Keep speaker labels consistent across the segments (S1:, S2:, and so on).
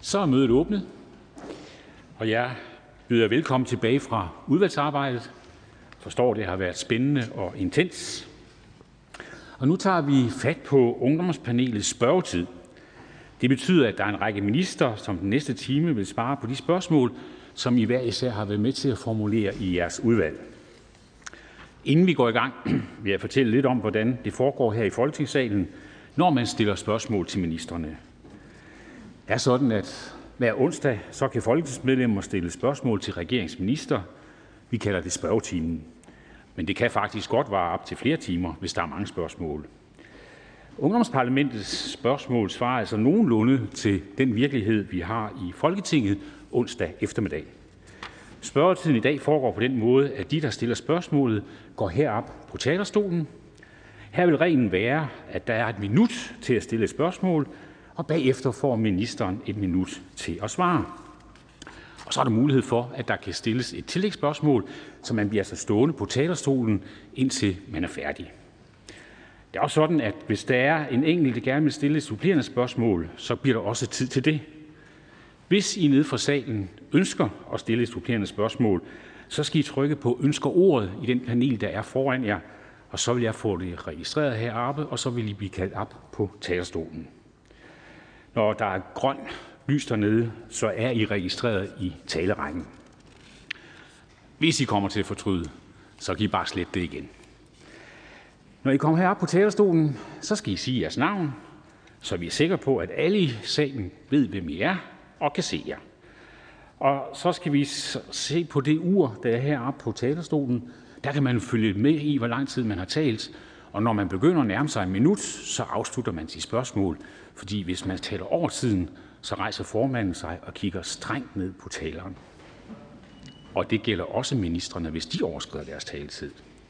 S1: Så er mødet åbnet, og jeg byder velkommen tilbage fra udvalgsarbejdet. Jeg forstår, det har været spændende og intens. Og nu tager vi fat på ungdomspanelets spørgetid. Det betyder, at der er en række minister, som den næste time vil svare på de spørgsmål, som I hver især har været med til at formulere i jeres udvalg. Inden vi går i gang, vil jeg fortælle lidt om, hvordan det foregår her i Folketingssalen, når man stiller spørgsmål til ministerne. Det er sådan, at hver onsdag så kan folketingsmedlemmer stille spørgsmål til regeringsminister. Vi kalder det spørgetimen. Men det kan faktisk godt vare op til flere timer, hvis der er mange spørgsmål. Ungdomsparlamentets spørgsmål svarer altså nogenlunde til den virkelighed, vi har i Folketinget onsdag eftermiddag. Spørgetiden i dag foregår på den måde, at de, der stiller spørgsmålet, går herop på talerstolen. Her vil reglen være, at der er et minut til at stille et spørgsmål, og bagefter får ministeren et minut til at svare. Og så er der mulighed for, at der kan stilles et tillægsspørgsmål, så man bliver altså stående på talerstolen, indtil man er færdig. Det er også sådan, at hvis der er en enkelt, der gerne vil stille et supplerende spørgsmål, så bliver der også tid til det. Hvis I nede fra salen ønsker at stille et supplerende spørgsmål, så skal I trykke på ønsker ordet i den panel, der er foran jer, og så vil jeg få det registreret heroppe, og så vil I blive kaldt op på talerstolen. Når der er grøn lys dernede, så er I registreret i talerækken. Hvis I kommer til at fortryde, så kan I bare slette det igen. Når I kommer herop på talerstolen, så skal I sige jeres navn, så vi er sikre på, at alle i salen ved, hvem I er og kan se jer. Og så skal vi se på det ur, der er heroppe på talerstolen. Der kan man følge med i, hvor lang tid man har talt. Og når man begynder at nærme sig en minut, så afslutter man sit spørgsmål. Fordi hvis man taler over tiden, så rejser formanden sig og kigger strengt ned på taleren. Og det gælder også ministrene, hvis de overskrider deres taletid.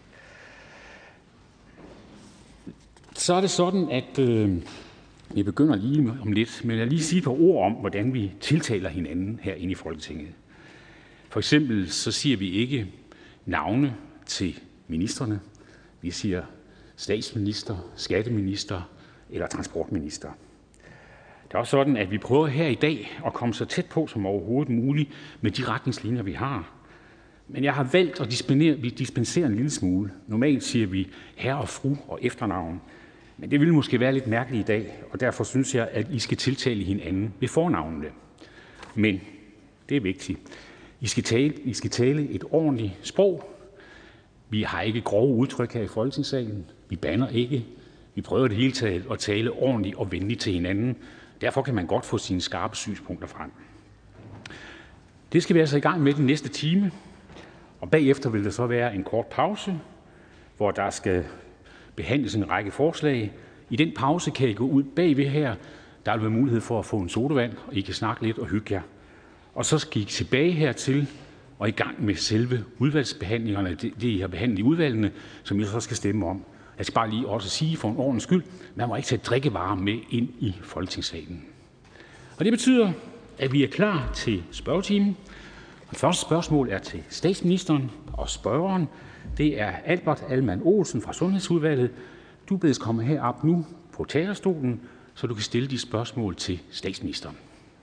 S1: Så er det sådan, at vi begynder lige om lidt, men jeg vil lige sige et par ord om, hvordan vi tiltaler hinanden herinde i Folketinget. For eksempel så siger vi ikke navne til ministrene. Vi siger statsminister, skatteminister eller transportminister. Det er også sådan, at vi prøver her i dag at komme så tæt på som overhovedet muligt med de retningslinjer, vi har. Men jeg har valgt at dispensere en lille smule. Normalt siger vi herre og fru og efternavn. Men det ville måske være lidt mærkeligt i dag, og derfor synes jeg, at I skal tiltale hinanden ved fornavnene. Men det er vigtigt. I skal tale et ordentligt sprog. Vi har ikke grove udtryk her i Folketingssalen. Vi bander ikke. Vi prøver det hele taget at tale ordentligt og venligt til hinanden. Derfor kan man godt få sine skarpe synspunkter frem. Det skal vi altså i gang med den næste time. Og bagefter vil der så være en kort pause, hvor der skal behandles en række forslag. I den pause kan I gå ud bagved her. Der vil være mulighed for at få en sodavand, og I kan snakke lidt og hygge jer. Og så skal I tilbage hertil og i gang med selve udvalgsbehandlingerne, det I har behandlet i udvalgene, som I så skal stemme om. Jeg skal bare lige også sige for en ordens skyld, man må ikke tage drikkevarer med ind i Folketingssalen. Og det betyder, at vi er klar til spørgetimen. Det første spørgsmål er til statsministeren, og spørgeren, det er Albert Alman-Olsen fra Sundhedsudvalget. Du bedes komme herop nu på talerstolen, så du kan stille de spørgsmål til statsministeren.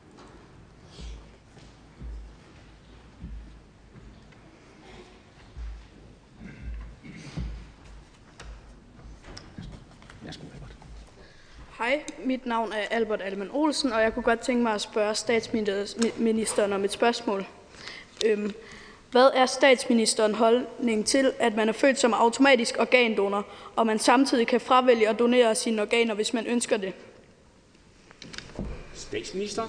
S2: Hej, mit navn er Albert Alman-Olsen, og jeg kunne godt tænke mig at spørge statsministeren om et spørgsmål. Hvad er statsministerens holdning til, at man er født som automatisk organdonor, og man samtidig kan fravælge at donere sine organer, hvis man ønsker det?
S1: Statsministeren.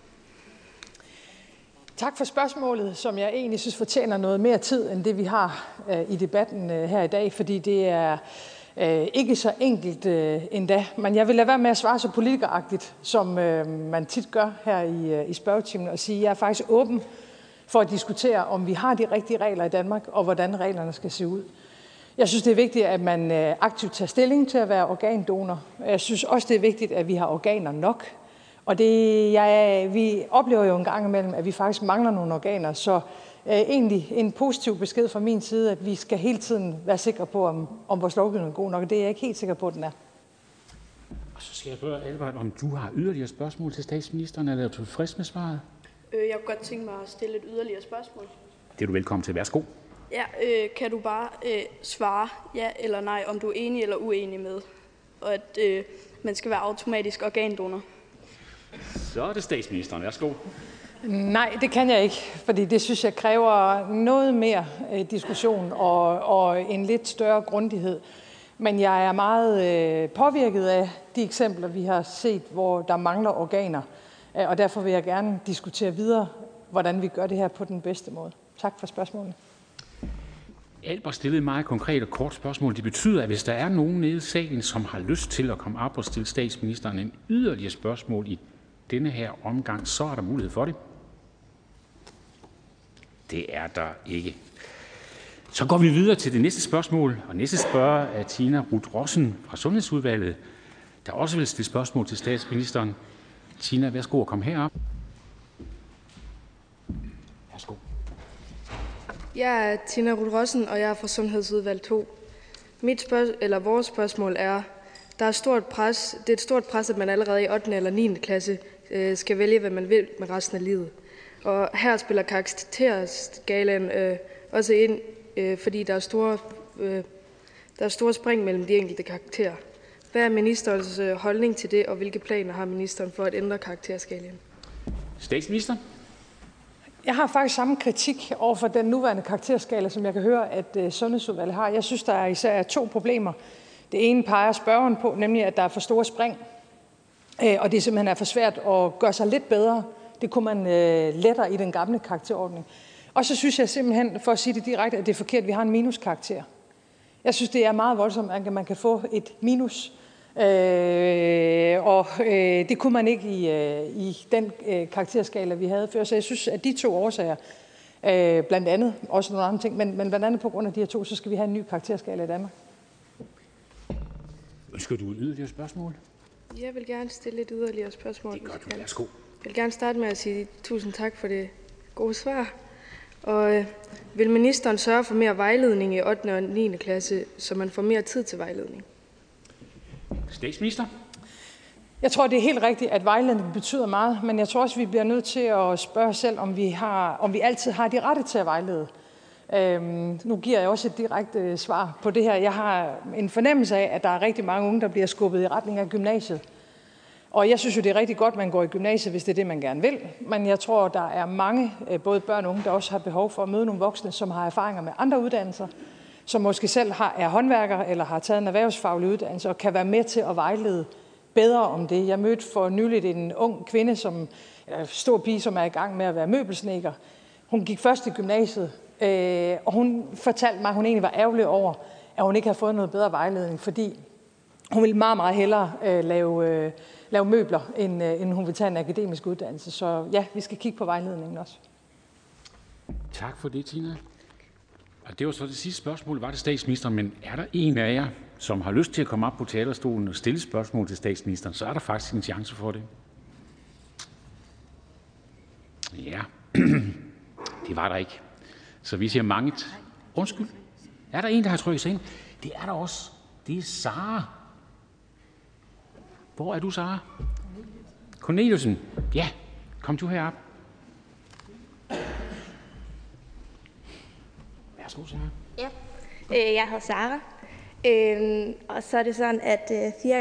S3: Tak for spørgsmålet, som jeg egentlig synes fortjener noget mere tid, end det vi har i debatten her i dag, fordi det er ikke så enkelt endda. Men jeg vil lade være med at svare så politikeragtigt, som man tit gør her i spørgetimen, og sige, at jeg er faktisk åben for at diskutere, om vi har de rigtige regler i Danmark, og hvordan reglerne skal se ud. Jeg synes, det er vigtigt, at man aktivt tager stilling til at være organdonor. Jeg synes også, det er vigtigt, at vi har organer nok. Og vi oplever jo en gang imellem, at vi faktisk mangler nogle organer, så egentlig en positiv besked fra min side, at vi skal hele tiden være sikre på, om vores lovgivning er god nok, og det er jeg ikke helt sikker på, at den er.
S1: Så skal jeg spørge Albert, om du har yderligere spørgsmål til statsministeren, eller er du tilfreds med svaret?
S2: Jeg kunne godt tænke mig at stille et yderligere spørgsmål.
S1: Det er du velkommen til. Værsgo.
S2: Ja, kan du bare svare ja eller nej, om du er enig eller uenig med, og at man skal være automatisk organdonor?
S1: Så er det statsministeren. Værsgo.
S3: Nej, det kan jeg ikke, fordi det synes jeg kræver noget mere diskussion og en lidt større grundighed. Men jeg er meget påvirket af de eksempler, vi har set, hvor der mangler organer. Og derfor vil jeg gerne diskutere videre, hvordan vi gør det her på den bedste måde. Tak for spørgsmålet.
S1: Albert stillede et meget konkret og kort spørgsmål. Det betyder, at hvis der er nogen nede i salen, som har lyst til at komme op og stille statsministeren en yderligere spørgsmål i denne her omgang, så er der mulighed for det. Det er der ikke. Så går vi videre til det næste spørgsmål, og næste spørger er Tina Ruth Rossen fra Sundhedsudvalget, der også vil stille spørgsmål til statsministeren. Tina, værsgo at komme herop. Værsgo.
S4: Jeg er Tina Ruth Rossen, og jeg er fra Sundhedsudvalg 2. Vores spørgsmål er, det er et stort pres, at man allerede i 8. eller 9. klasse skal vælge, hvad man vil med resten af livet. Og her spiller karakterskalaen også ind, fordi der er store spring mellem de enkelte karakterer. Hvad er ministerens holdning til det, og hvilke planer har ministeren for at ændre karakterskalaen?
S1: Statsminister?
S3: Jeg har faktisk samme kritik over for den nuværende karakterskala, som jeg kan høre, at Sundhedsudvalget har. Jeg synes, der er især 2 problemer. Det ene peger spørgeren på, nemlig at der er for store spring, og det simpelthen er for svært at gøre sig lidt bedre. Det kunne man lettere i den gamle karakterordning. Og så synes jeg simpelthen, for at sige det direkte, at det er forkert, at vi har en minuskarakter. Jeg synes, det er meget voldsomt, at man kan få et minus, og det kunne man ikke i den karakterskala, vi havde før. Så jeg synes, at de 2 årsager, blandt andet, også nogle andre ting, men blandt andet på grund af de her 2, så skal vi have en ny karakterskala i Danmark.
S1: Ønsker du et yderligere spørgsmål?
S4: Jeg vil gerne stille et yderligere spørgsmål.
S1: Det gør du. Værsgo.
S4: Jeg vil gerne starte med at sige tusind tak for det gode svar. Og vil ministeren sørge for mere vejledning i 8. og 9. klasse, så man får mere tid til vejledning?
S1: Statsminister?
S3: Jeg tror, det er helt rigtigt, at vejledning betyder meget, men jeg tror også, vi bliver nødt til at spørge os selv, om vi altid har de rette til at vejlede. Nu giver jeg også et direkte svar på det her. Jeg har en fornemmelse af, at der er rigtig mange unge, der bliver skubbet i retning af gymnasiet. Og jeg synes jo, det er rigtig godt, at man går i gymnasiet, hvis det er det, man gerne vil. Men jeg tror, der er mange, både børn og unge, der også har behov for at møde nogle voksne, som har erfaringer med andre uddannelser, som måske selv er håndværkere eller har taget en erhvervsfaglig uddannelse og kan være med til at vejlede bedre om det. Jeg mødte for nyligt en ung kvinde, en stor pige, som er i gang med at være møbelsnedker. Hun gik først i gymnasiet, og hun fortalte mig, at hun egentlig var ærgerlig over, at hun ikke havde fået noget bedre vejledning, fordi hun ville meget, meget hellere lave møbler, end hun vil tage en akademisk uddannelse. Så ja, vi skal kigge på vejledningen også.
S1: Tak for det, Tina. Og det var så det sidste spørgsmål, var det statsministeren, men er der en af jer, som har lyst til at komme op på talerstolen og stille spørgsmål til statsministeren, så er der faktisk en chance for det. Ja, det var der ikke. Så vi siger mange. Undskyld. Er der en, der har trykket sig ind? Det er der også. Det er Sara. Hvor er du, Sara? Corneliusen. Ja, kom du herop. Værsgo, Sara.
S5: Ja, jeg hedder Sara. Og så er det sådan, at 4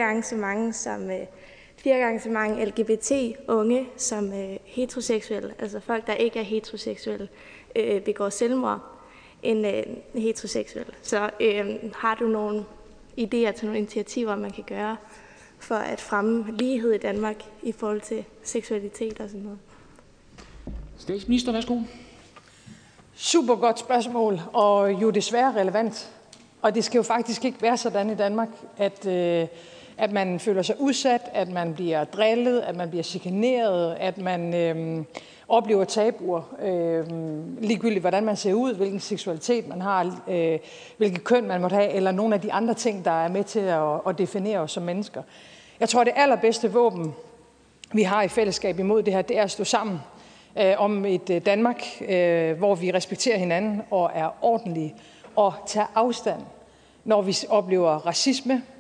S5: gange så mange LGBT-unge som heteroseksuelle, altså folk, der ikke er heteroseksuelle, begår selvmord end heteroseksuelle. Så har du nogle idéer til nogle initiativer, man kan gøre for at fremme lighed i Danmark i forhold til seksualitet og sådan noget?
S1: Statsminister, værsgo.
S3: Super godt spørgsmål, og jo desværre relevant. Og det skal jo faktisk ikke være sådan i Danmark, at man føler sig udsat, at man bliver drillet, at man bliver chikaneret, at man oplever tabuer, ligegyldigt hvordan man ser ud, hvilken seksualitet man har, hvilket køn man måtte have, eller nogle af de andre ting, der er med til at definere os som mennesker. Jeg tror, det allerbedste våben, vi har i fællesskab imod det her, det er at stå sammen om et Danmark, hvor vi respekterer hinanden og er ordentlige og tager afstand, når vi oplever racisme,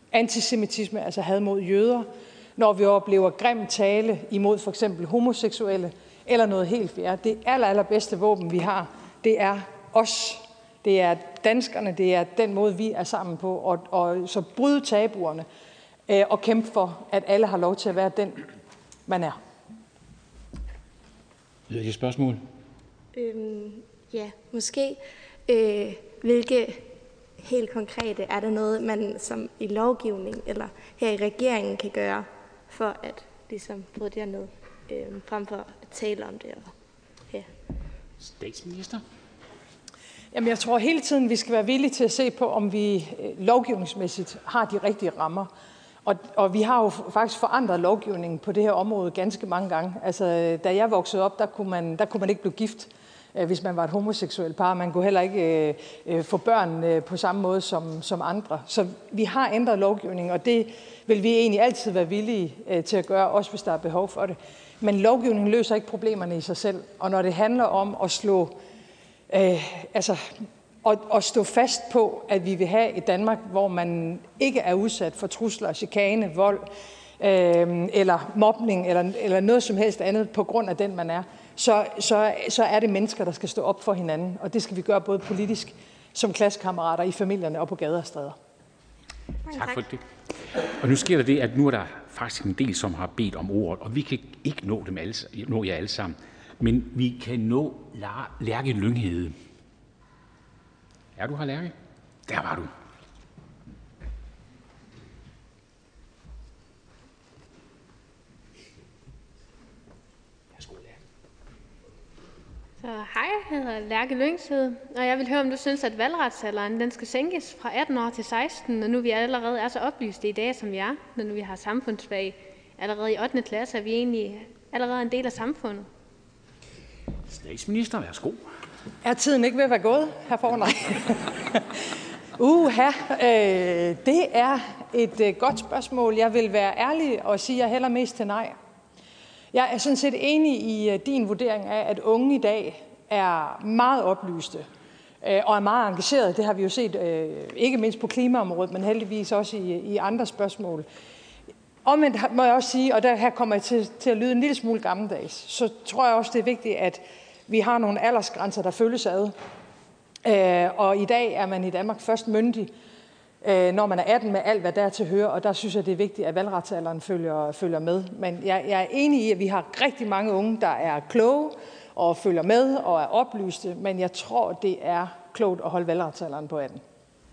S3: antisemitisme, altså had mod jøder, når vi oplever grim tale imod for eksempel homoseksuelle eller noget helt fjerde. Det allerbedste våben, vi har, det er os. Det er danskerne, det er den måde, vi er sammen på. Og så bryde tabuerne og kæmpe for, at alle har lov til at være den, man er.
S1: Yderligere spørgsmål?
S5: Ja, måske. Hvilke helt konkrete er der noget, man som i lovgivning eller her i regeringen kan gøre for at ligesom få det ned, frem for at tale om det? Ja.
S1: Statsminister?
S3: Jamen, jeg tror hele tiden, vi skal være villige til at se på, om vi lovgivningsmæssigt har de rigtige rammer. Og vi har jo faktisk forandret lovgivningen på det her område ganske mange gange. Altså, da jeg voksede op, der kunne man ikke blive gift, hvis man var et homoseksuelt par. Man kunne heller ikke få børn på samme måde som andre. Så vi har ændret lovgivningen, og det vil vi egentlig altid være villige til at gøre, også hvis der er behov for det. Men lovgivningen løser ikke problemerne i sig selv. Og når det handler om at stå fast på, at vi vil have et Danmark, hvor man ikke er udsat for trusler, chikane, vold eller mobning eller noget som helst andet på grund af den, man er, så er det mennesker, der skal stå op for hinanden. Og det skal vi gøre både politisk, som klassekammerater, i familierne og på gader og stræder.
S1: Tak for det. Og nu sker der det, at nu er der faktisk en del, som har bedt om ordet, og vi kan ikke nå jer alle sammen. Men vi kan nå Lærke Lynghede. Er du her, Lærke? Der var du.
S6: Så hej, jeg hedder Lærke Lynghede, og jeg vil høre, om du synes, at valgretsalderen den skal sænkes fra 18 år til 16, når nu vi allerede er så oplyste i dag, som vi er, når nu vi har samfundsfag allerede i 8. klasse, er vi egentlig allerede en del af samfundet.
S1: Statsminister, værsgo.
S3: Er tiden ikke ved at være gået herfor? Nej. Det er et godt spørgsmål. Jeg vil være ærlig og sige, at jeg hælder mest til nej. Jeg er sådan set enig i din vurdering af, at unge i dag er meget oplyste og er meget engagerede. Det har vi jo set ikke mindst på klimaområdet, men heldigvis også i andre spørgsmål. Omvendt må jeg også sige, og der her kommer jeg til at lyde en lille smule gammeldags, så tror jeg også, det er vigtigt, at vi har nogle aldersgrænser, der følges ad. Og i dag er man i Danmark først myndig, når man er 18 med alt, hvad der til hører, og der synes jeg, det er vigtigt, at valgretsalderen følger med. Men jeg er enig i, at vi har rigtig mange unge, der er kloge og følger med og er oplyste, men jeg tror, det er klogt at holde valgretsalderen på 18.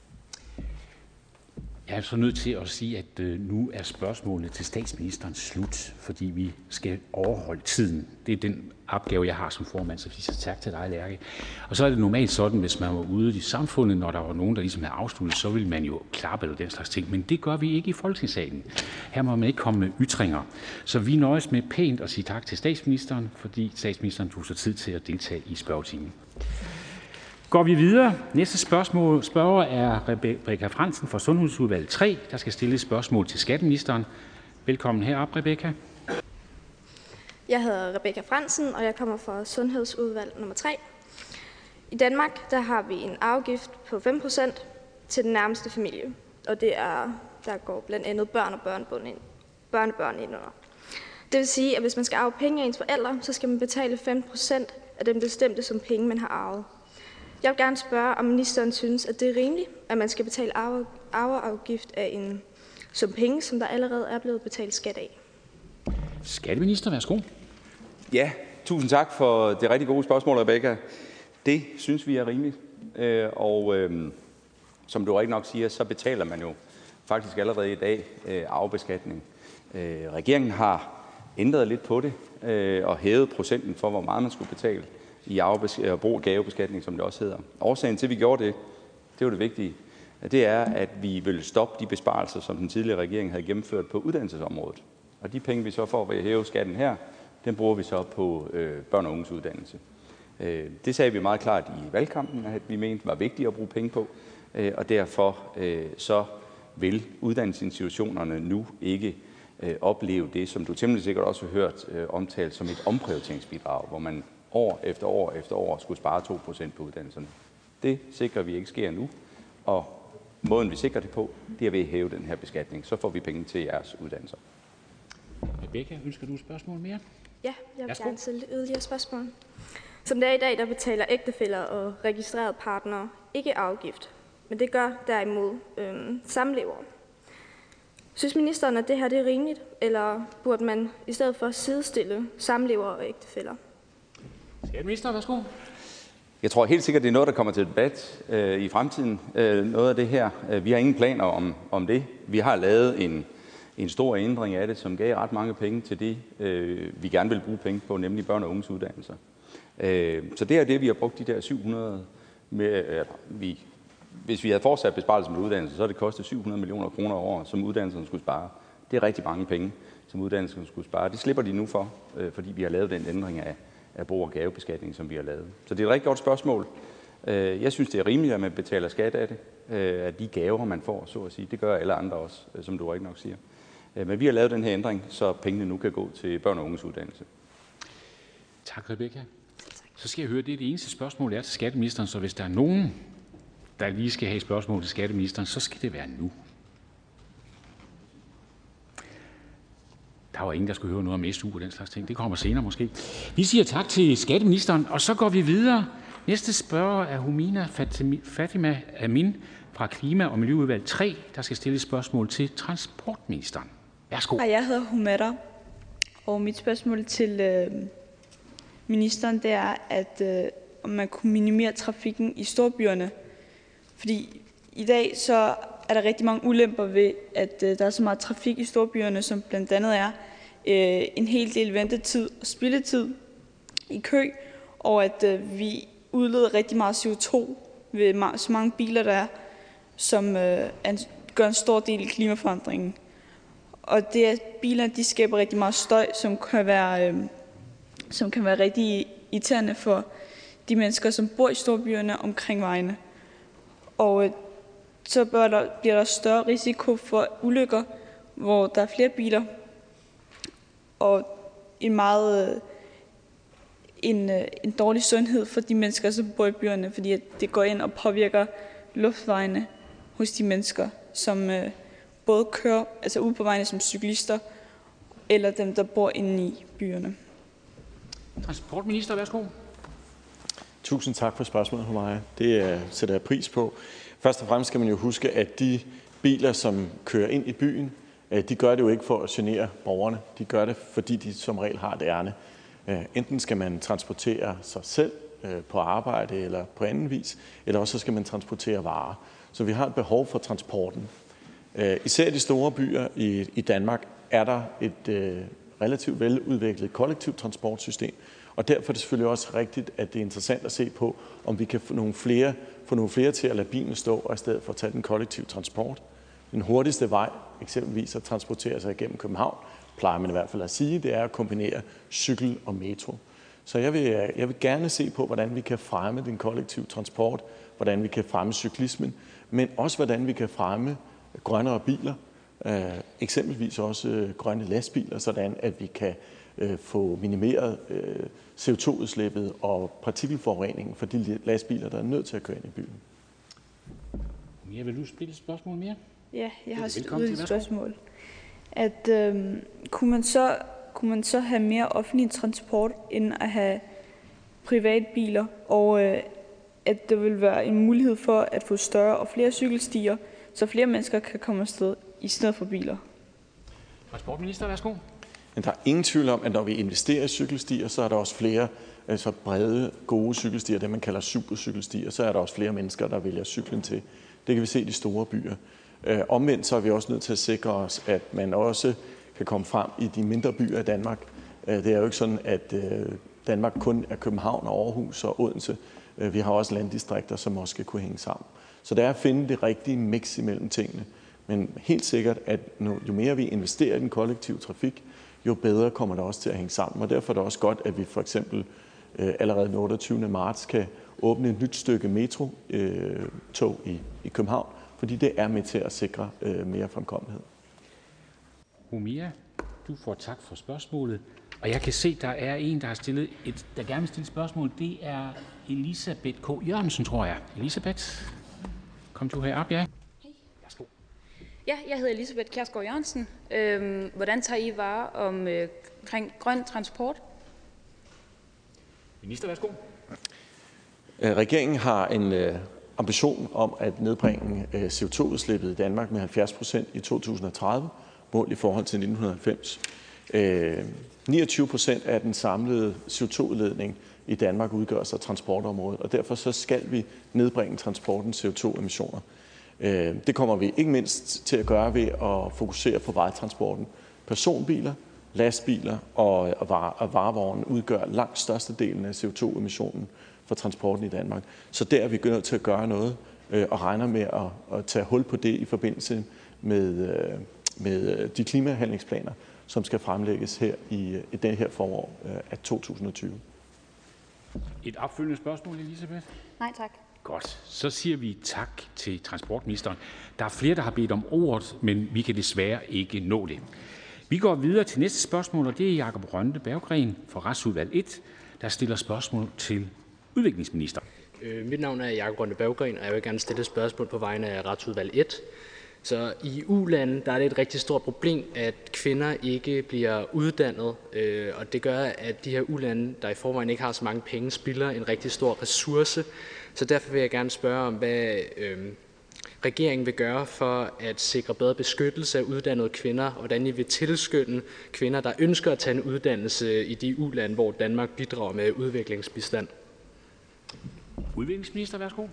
S1: Jeg er så nødt til at sige, at nu er spørgsmålet til statsministeren slut, fordi vi skal overholde tiden. Det er den opgave, jeg har som formand, så vi siger tak til dig, Lærke. Og så er det normalt sådan, hvis man var ude i samfundet, når der var nogen, der ligesom havde afsluttet, så ville man jo klappe eller den slags ting. Men det gør vi ikke i Folketingssalen. Her må man ikke komme med ytringer. Så vi nøjes med pænt at sige tak til statsministeren, fordi statsministeren tog sig tid til at deltage i spørgetimen. Går vi videre. Næste spørger er Rebecca Fransen fra Sundhedsudvalg 3, der skal stille et spørgsmål til skatteministeren. Velkommen herop, Rebecca.
S7: Jeg hedder Rebecca Fransen, og jeg kommer fra Sundhedsudvalg nummer 3. I Danmark der har vi en afgift på 5% til den nærmeste familie, og der går blandt andet børn og børnebørn ind under. Det vil sige, at hvis man skal arve penge af ens forældre, så skal man betale 5% af den bestemte som penge, man har arvet. Jeg vil gerne spørge, om ministeren synes, at det er rimeligt, at man skal betale arveafgift af en sum penge, som der allerede er blevet betalt skat af.
S1: Skatteminister, værsgo.
S8: Ja, tusind tak for det rigtig gode spørgsmål, Rebecca. Det synes vi er rimeligt. Som du rigtig nok siger, så betaler man jo faktisk allerede i dag arvebeskatning. Regeringen har ændret lidt på det og hævet procenten for, hvor meget man skulle betale i gavebeskatning, som det også hedder. Årsagen til, at vi gjorde det, det var det vigtige, det er, at vi vil stoppe de besparelser, som den tidligere regering havde gennemført på uddannelsesområdet. Og de penge, vi så får ved at hæve skatten her, den bruger vi så på børn og unges uddannelse. Det sagde vi meget klart i valgkampen, at vi mente var vigtigt at bruge penge på, og derfor så vil uddannelsesinstitutionerne nu ikke opleve det, som du temmelig sikkert også har hørt omtalt som et omprioriteringsbidrag, hvor man år efter år skulle spare 2% på uddannelserne. Det sikrer vi ikke sker nu, og måden, vi sikrer det på, det er ved at hæve den her beskatning. Så får vi penge til jeres uddannelser.
S1: Rebecca, ønsker du et spørgsmål mere?
S7: Ja, jeg vil gerne stille yderligere spørgsmål. Som det er i dag, der betaler ægtefæller og registrerede partnere ikke afgift, men det gør derimod samlevere. Synes ministeren, at det her det er rimeligt, eller burde man i stedet for sidestille samlevere og ægtefæller?
S1: Skatteminister, værsgo.
S8: Jeg tror helt sikkert, det er noget, der kommer til debat i fremtiden. Noget af det her. Vi har ingen planer om det. Vi har lavet en stor ændring af det, som gav ret mange penge til det, vi gerne vil bruge penge på, nemlig børn og unges uddannelser. Så det er det, vi har brugt de der 700 med. Hvis vi havde fortsat besparelsen med uddannelse, så er det kostet 700 millioner kroner over, som uddannelserne skulle spare. Det er rigtig mange penge, som uddannelserne skulle spare. Det slipper de nu for, fordi vi har lavet den ændring af bo- og gavebeskatning, som vi har lavet. Så det er et rigtig godt spørgsmål. Jeg synes, det er rimeligt, at man betaler skat af det, af de gaver, man får, så at sige. Det gør alle andre også, som du rigtig nok siger. Men vi har lavet den her ændring, så pengene nu kan gå til børn og unges uddannelse.
S1: Tak, Rebecca. Så skal jeg høre, det er det eneste spørgsmål, der er til skatteministeren, så hvis der er nogen, der lige skal have et spørgsmål til skatteministeren, så skal det være nu. Der var ingen, der skulle høre noget om SU og den slags ting. Det kommer senere måske. Vi siger tak til skatteministeren, og så går vi videre. Næste spørger er Humina Fatima Amin fra Klima- og Miljøudvalg 3, der skal stille et spørgsmål til transportministeren. Værsgo.
S9: Jeg hedder Humada, og mit spørgsmål til ministeren det er, at om man kunne minimere trafikken i storbyerne. Fordi i dag så er der rigtig mange ulemper ved, at der er så meget trafik i storbyerne, som blandt andet er en hel del ventetid og spildetid i kø, og at vi udleder rigtig meget CO2 ved så mange biler, der er, som gør en stor del i klimaforandringen. Og det er, at bilerne de skaber rigtig meget støj, som kan være rigtig irriterende for de mennesker, som bor i storbyerne omkring vejene. Og så bliver der større risiko for ulykker, hvor der er flere biler, og en dårlig sundhed for de mennesker, som bor i byerne, fordi at det går ind og påvirker luftvejene hos de mennesker, som både kører altså ude på vejene som cyklister, eller dem, der bor inde i byerne.
S1: Transportminister, værsgo.
S10: Tusind tak for spørgsmålet for mig. Det sætter jeg pris på. Først og fremmest skal man jo huske, at de biler, som kører ind i byen, de gør det jo ikke for at genere borgerne. De gør det, fordi de som regel har et ærne. Enten skal man transportere sig selv på arbejde eller på anden vis, eller også skal man transportere varer. Så vi har et behov for transporten. Især i de store byer i Danmark er der et relativt veludviklet kollektivt transportsystem, og derfor er det selvfølgelig også rigtigt, at det er interessant at se på, om vi kan få nogle flere til at lade bilen stå, og i stedet for at tage den kollektive transport. Den hurtigste vej, eksempelvis at transportere sig igennem København, plejer man i hvert fald at sige, det er at kombinere cykel og metro. Så jeg vil gerne se på, hvordan vi kan fremme den kollektive transport, hvordan vi kan fremme cyklismen, men også hvordan vi kan fremme grønnere biler, eksempelvis også grønne lastbiler, sådan at vi kan få minimeret CO2-udslippet og partikelforureningen for de lastbiler, der er nødt til at køre ind i byen.
S1: Jeg vil du stille et spørgsmål mere?
S9: Ja, jeg har stillet et spørgsmål. At kunne man så have mere offentlig transport, end at have privatbiler, og at der vil være en mulighed for at få større og flere cykelstier, så flere mennesker kan komme afsted i stedet for biler.
S1: Transportminister, værsgo.
S10: Men der er ingen tvivl om, at når vi investerer i cykelstier, så er der også flere så brede, gode cykelstier, det man kalder supercykelstier, så er der også flere mennesker, der vælger cyklen til. Det kan vi se i de store byer. Omvendt så er vi også nødt til at sikre os, at man også kan komme frem i de mindre byer i Danmark. Det er jo ikke sådan, at Danmark kun er København og Aarhus og Odense. Vi har også landdistrikter, som også skal kunne hænge sammen. Så det er at finde det rigtige mix imellem tingene. Men helt sikkert, at jo mere vi investerer i den kollektive trafik, jo bedre kommer det også til at hænge sammen. Og derfor er det også godt, at vi for eksempel allerede den 28. marts kan åbne et nyt stykke metro-tog i København, fordi det er med til at sikre mere fremkommelighed.
S1: Humia, du får tak for spørgsmålet. Og jeg kan se, der er en, der gerne vil stille spørgsmål. Det er Elisabeth K. Jørgensen, tror jeg. Elisabeth, kom du herop, ja?
S11: Ja, jeg hedder Elisabeth Kjærsgaard Jørgensen. Hvordan tager I vare omkring grøn transport?
S1: Minister, værsgo.
S10: Regeringen har en ambition om at nedbringe CO2-udslippet i Danmark med 70% i 2030, mål i forhold til 1990. 29% af den samlede CO2-udledning i Danmark udgøres af transportområdet, og derfor så skal vi nedbringe transportens CO2-emissioner. Det kommer vi ikke mindst til at gøre ved at fokusere på vejtransporten. Personbiler, lastbiler og varevogne udgør langt størstedelen af CO2-emissionen for transporten i Danmark. Så der er vi nødt til at gøre noget og regner med at tage hul på det i forbindelse med de klimahandlingsplaner, som skal fremlægges her i det her forår af 2020.
S1: Et opfølgende spørgsmål, Elisabeth?
S11: Nej, tak.
S1: Godt. Så siger vi tak til transportministeren. Der er flere, der har bedt om ordet, men vi kan desværre ikke nå det. Vi går videre til næste spørgsmål, og det er Jakob Rønde Berggren fra Retsudvalg 1, der stiller spørgsmål til udviklingsministeren.
S12: Mit navn er Jakob Rønde Berggren, og jeg vil gerne stille et spørgsmål på vegne af Retsudvalg 1. Så i U-lande, der er det et rigtig stort problem, at kvinder ikke bliver uddannet, og det gør, at de her U-lande, der i forvejen ikke har så mange penge, spilder en rigtig stor ressource. Så derfor vil jeg gerne spørge om, hvad regeringen vil gøre for at sikre bedre beskyttelse af uddannede kvinder, og hvordan I vil tilskynde kvinder, der ønsker at tage en uddannelse i de U-lande, hvor Danmark bidrager med udviklingsbistand.
S1: Udviklingsminister, værsgo.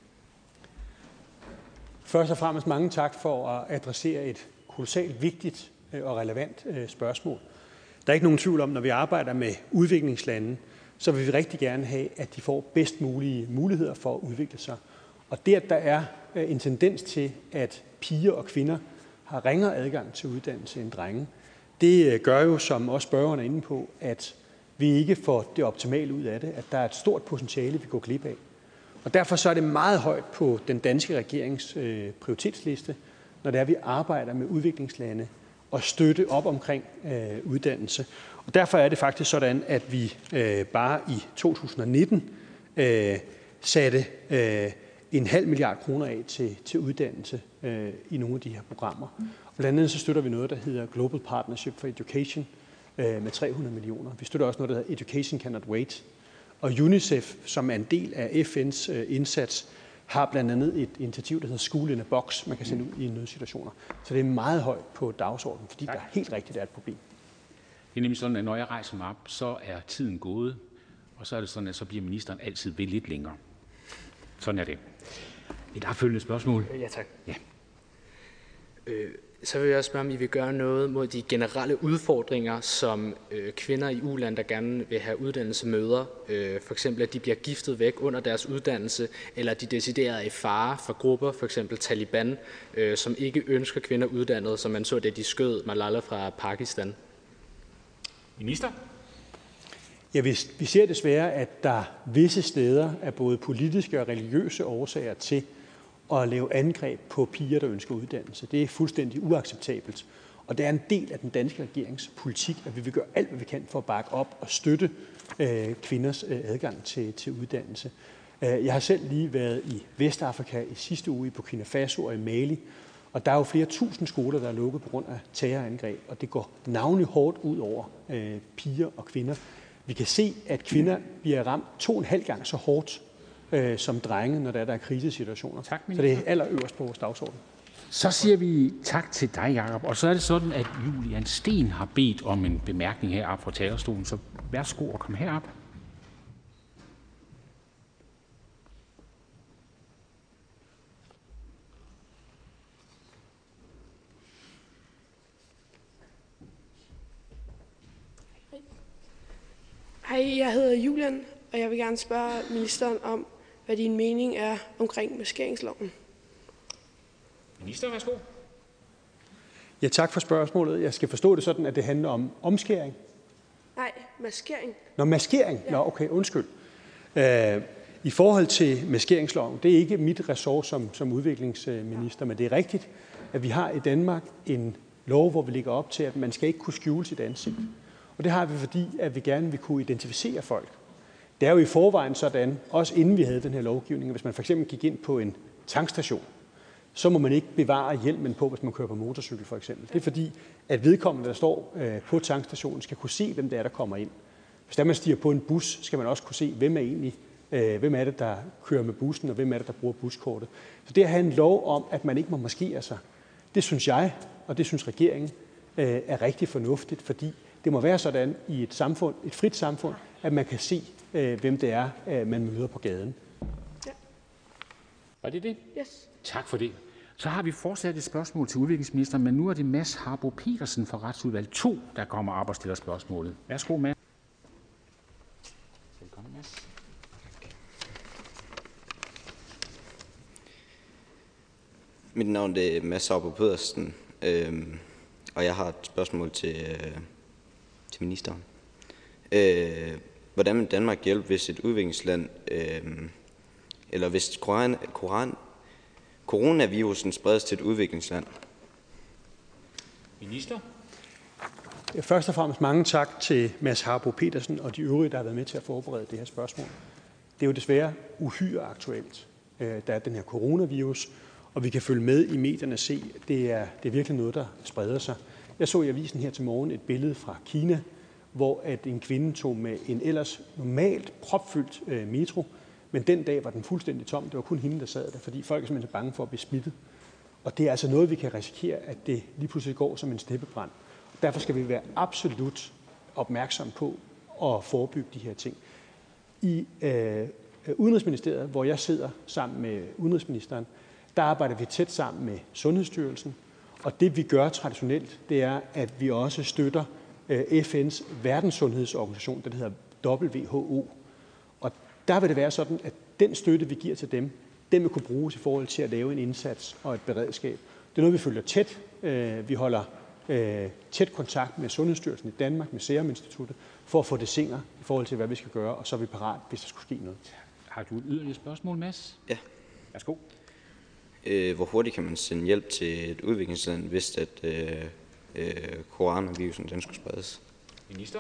S13: Først og fremmest mange tak for at adressere et kolossalt vigtigt og relevant spørgsmål. Der er ikke nogen tvivl om, når vi arbejder med udviklingslande, så vil vi rigtig gerne have, at de får bedst mulige muligheder for at udvikle sig. Og det, at der er en tendens til, at piger og kvinder har ringere adgang til uddannelse end drenge, det gør jo, som også spørgeren er inde på, at vi ikke får det optimale ud af det, at der er et stort potentiale, vi går glip af. Og derfor så er det meget højt på den danske regerings prioritetsliste, når det er, vi arbejder med udviklingslande og støtte op omkring uddannelse. Og derfor er det faktisk sådan, at vi bare i 2019 satte 0,5 milliard kroner af til uddannelse i nogle af de her programmer. Og blandt andet så støtter vi noget, der hedder Global Partnership for Education med 300 millioner. Vi støtter også noget, der hedder Education Cannot Wait. Og UNICEF, som er en del af FN's indsats, har blandt andet et initiativ, der hedder School in a Box, man kan sende ud i nødsituationer. Så det er meget højt på dagsordenen, fordi der helt rigtigt er et problem.
S1: Det er nemlig sådan, at når jeg rejser mig op, så er tiden gået, og så er det sådan, at så bliver ministeren altid ved lidt længere. Sådan er det. Et opfølgende spørgsmål.
S12: Ja, tak.
S1: Ja.
S12: Så vil jeg spørge, om I vil gøre noget mod de generelle udfordringer, som kvinder i U-land, der gerne vil have uddannelse, møder. For eksempel, at de bliver giftet væk under deres uddannelse, eller de decideret er i fare for grupper, for eksempel Taliban, som ikke ønsker kvinder uddannet, som man så det, de skød Malala fra Pakistan.
S1: Minister?
S13: Ja, vi ser desværre, at der visse steder er både politiske og religiøse årsager til at lave angreb på piger, der ønsker uddannelse. Det er fuldstændig uacceptabelt. Og det er en del af den danske regerings politik, at vi vil gøre alt, hvad vi kan for at bakke op og støtte kvinders adgang til uddannelse. Jeg har selv lige været i Vestafrika i sidste uge, i Burkina Faso og i Mali, og der er jo flere tusind skoler, der er lukket på grund af terrorangreb, og det går navnlig hårdt ud over piger og kvinder. Vi kan se, at kvinder bliver ramt 2,5 gange så hårdt som drenge, når der er krisesituationer.
S1: Tak,
S13: så det er allerøverst på vores dagsorden.
S1: Så siger vi tak til dig, Jacob. Og så er det sådan, at Julian Sten har bedt om en bemærkning heroppe fra talerstolen. Så værsgo og kom herop.
S14: Hej, jeg hedder Julian, og jeg vil gerne spørge ministeren om, hvad din mening er omkring maskeringsloven.
S1: Minister, værsgo.
S13: Ja, tak for spørgsmålet. Jeg skal forstå det sådan, at det handler om omskæring.
S14: Nej, maskering.
S13: Nå, maskering. Ja. Nå, okay, undskyld. I forhold til maskeringsloven, det er ikke mit ressort som udviklingsminister, men det er rigtigt, at vi har i Danmark en lov, hvor vi lægger op til, at man skal ikke kunne skjule sit ansigt. Og det har vi, fordi at vi gerne vil kunne identificere folk. Det er jo i forvejen sådan, også inden vi havde den her lovgivning, hvis man for eksempel gik ind på en tankstation, så må man ikke bevare hjelmen på, hvis man kører på motorcykel for eksempel. Det er fordi, at vedkommende, der står på tankstationen, skal kunne se, hvem det er, der kommer ind. Hvis der man stiger på en bus, skal man også kunne se, hvem er det, der kører med bussen, og hvem er det, der bruger buskortet. Så det at have en lov om, at man ikke må maskere sig, det synes jeg, og det synes regeringen, er rigtig fornuftigt, fordi det må være sådan i et samfund, et frit samfund, at man kan se, hvem det er, man møder på gaden.
S2: Ja.
S1: Var det det?
S2: Yes.
S1: Tak for det. Så har vi fortsat et spørgsmål til udviklingsministeren, men nu er det Mads Harbo Petersen fra Retsudvalg 2, der kommer op og stiller spørgsmålet. Værsgo, Mads. Velkommen, Mads.
S15: Mit navn er Mads Harbo Petersen, og jeg har et spørgsmål til ministeren. Hvordan vil Danmark hjælpe, hvis et udviklingsland, eller hvis coronavirusen spredes til et udviklingsland?
S1: Minister?
S13: Først og fremmest mange tak til Mads Harbo Petersen og de øvrige, der har været med til at forberede det her spørgsmål. Det er jo desværre uhyre aktuelt. Der er den her coronavirus, og vi kan følge med i medierne og se, at det er virkelig noget, der spreder sig. Jeg så i avisen her til morgen et billede fra Kina, hvor at en kvinde tog med en ellers normalt propfyldt metro, men den dag var den fuldstændig tom. Det var kun hende, der sad der, fordi folk er simpelthen så bange for at blive smittet. Og det er altså noget, vi kan risikere, at det lige pludselig går som en steppebrand. Derfor skal vi være absolut opmærksom på at forebygge de her ting. I Udenrigsministeriet, hvor jeg sidder sammen med udenrigsministeren, der arbejder vi tæt sammen med Sundhedsstyrelsen. Og det vi gør traditionelt, det er, at vi også støtter FN's verdenssundhedsorganisation, der hedder WHO. Og der vil det være sådan, at den støtte, vi giver til dem, den vil kunne bruges i forhold til at lave en indsats og et beredskab. Det er noget, vi følger tæt. Vi holder tæt kontakt med Sundhedsstyrelsen i Danmark, med Serum Instituttet, for at få det singer i forhold til, hvad vi skal gøre, og så er vi parat, hvis der skulle ske noget.
S1: Har du et yderligere spørgsmål, Mads?
S15: Ja.
S1: Værsgo.
S15: Hvor hurtigt kan man sende hjælp til et udviklingsland, hvis at coronavirusen den skulle spredes?
S1: Minister?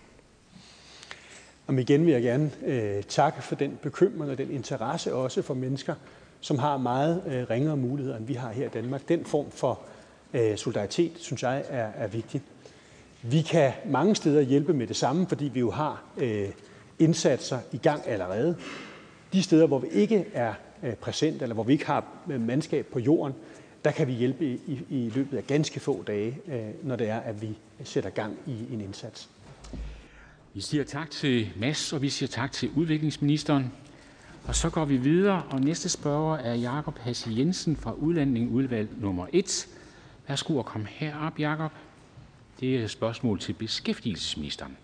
S13: Og igen vil jeg gerne takke for den bekymring og den interesse også for mennesker, som har meget ringere muligheder, end vi har her i Danmark. Den form for solidaritet, synes jeg, er vigtig. Vi kan mange steder hjælpe med det samme, fordi vi jo har indsatser i gang allerede. De steder, hvor vi ikke er præsent, eller hvor vi ikke har mandskab på jorden, der kan vi hjælpe i løbet af ganske få dage, når det er, at vi sætter gang i en indsats.
S1: Vi siger tak til Mads, og vi siger tak til udviklingsministeren. Og så går vi videre, og næste spørger er Jakob Hassi Jensen fra udvalg nummer 1. Værsgo at komme herop, Jakob. Det er et spørgsmål til beskæftigelsesministeren.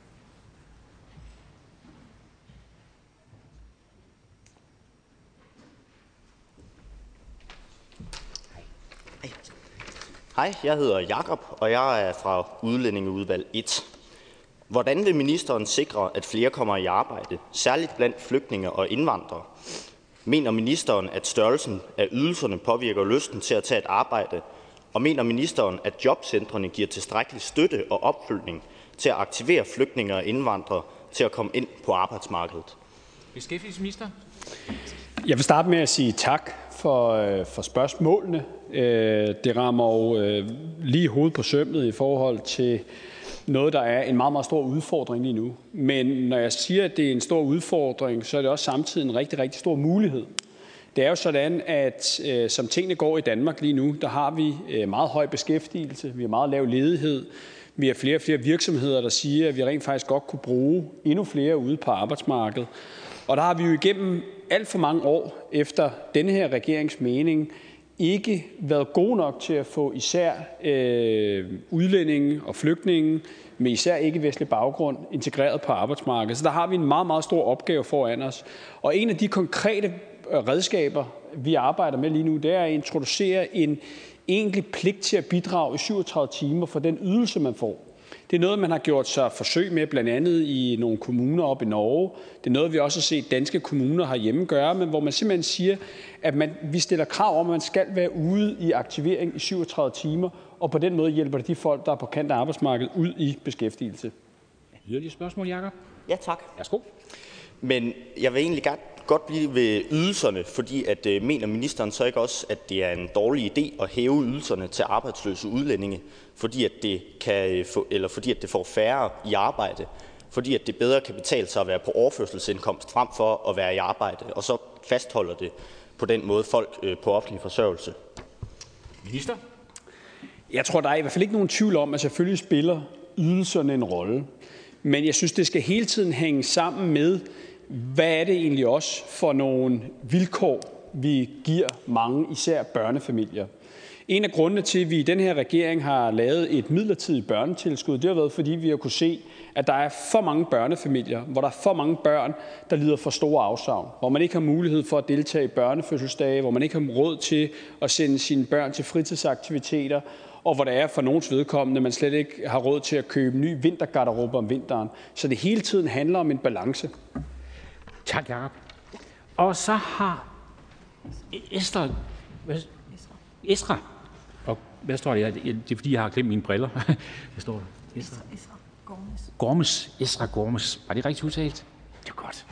S16: Hej, jeg hedder Jakob, og jeg er fra Udlændingeudvalg 1. Hvordan vil ministeren sikre, at flere kommer i arbejde, særligt blandt flygtninge og indvandrere? Mener ministeren, at størrelsen af ydelserne påvirker lysten til at tage et arbejde? Og mener ministeren, at jobcentrene giver tilstrækkelig støtte og opfølgning til at aktivere flygtninge og indvandrere til at komme ind på arbejdsmarkedet?
S1: Beskæftigelsesminister?
S17: Jeg vil starte med at sige tak for spørgsmålene. Det rammer jo lige hovedet på sømmet i forhold til noget, der er en meget, meget stor udfordring lige nu. Men når jeg siger, at det er en stor udfordring, så er det også samtidig en rigtig, rigtig stor mulighed. Det er jo sådan, at som tingene går i Danmark lige nu, der har vi meget høj beskæftigelse, vi har meget lav ledighed, vi har flere og flere virksomheder, der siger, at vi rent faktisk godt kunne bruge endnu flere ude på arbejdsmarkedet. Og der har vi jo igennem alt for mange år efter denne her regerings mening ikke været gode nok til at få især udlændinge og flygtninge med især ikke-vestlig baggrund integreret på arbejdsmarkedet. Så der har vi en meget, meget stor opgave foran os. Og en af de konkrete redskaber, vi arbejder med lige nu, det er at introducere en egentlig pligt til at bidrage i 37 timer for den ydelse, man får. Det er noget, man har gjort sig forsøg med, blandt andet i nogle kommuner op i Norge. Det er noget, vi også har set danske kommuner herhjemme gøre, men hvor man simpelthen siger, at vi stiller krav om, at man skal være ude i aktivering i 37 timer, og på den måde hjælper det de folk, der er på kant af arbejdsmarkedet, ud i beskæftigelse.
S1: Yderligere spørgsmål, Jakob?
S16: Ja, tak.
S1: Værsgo.
S16: Men jeg vil egentlig godt blive ved ydelserne, fordi mener ministeren så ikke også, at det er en dårlig idé at hæve ydelserne til arbejdsløse udlændinge, fordi det får færre i arbejde, fordi det bedre kan betale sig at være på overførselsindkomst frem for at være i arbejde, og så fastholder det på den måde folk på offentlig forsørgelse?
S1: Minister?
S17: Jeg tror, der er i hvert fald ikke nogen tvivl om, at selvfølgelig spiller ydelserne en rolle. Men jeg synes, det skal hele tiden hænge sammen med, hvad er det egentlig også for nogle vilkår, vi giver mange, især børnefamilier. En af grundene til, at vi i den her regering har lavet et midlertidigt børnetilskud, det har været, fordi vi har kunne se, at der er for mange børnefamilier, hvor der er for mange børn, der lider for store afsavn, hvor man ikke har mulighed for at deltage i børnefødselsdage, hvor man ikke har råd til at sende sine børn til fritidsaktiviteter, og hvor der er for nogens vedkommende, man slet ikke har råd til at købe ny vintergarderobe om vinteren. Så det hele tiden handler om en balance.
S1: Tak, Jacob. Og så har Esra. Og hvad står der? Det er fordi, jeg har glemt mine briller. Hvad står der? Esra Gormes. Esra Gormes. Var det rigtigt udtalt? Det er godt.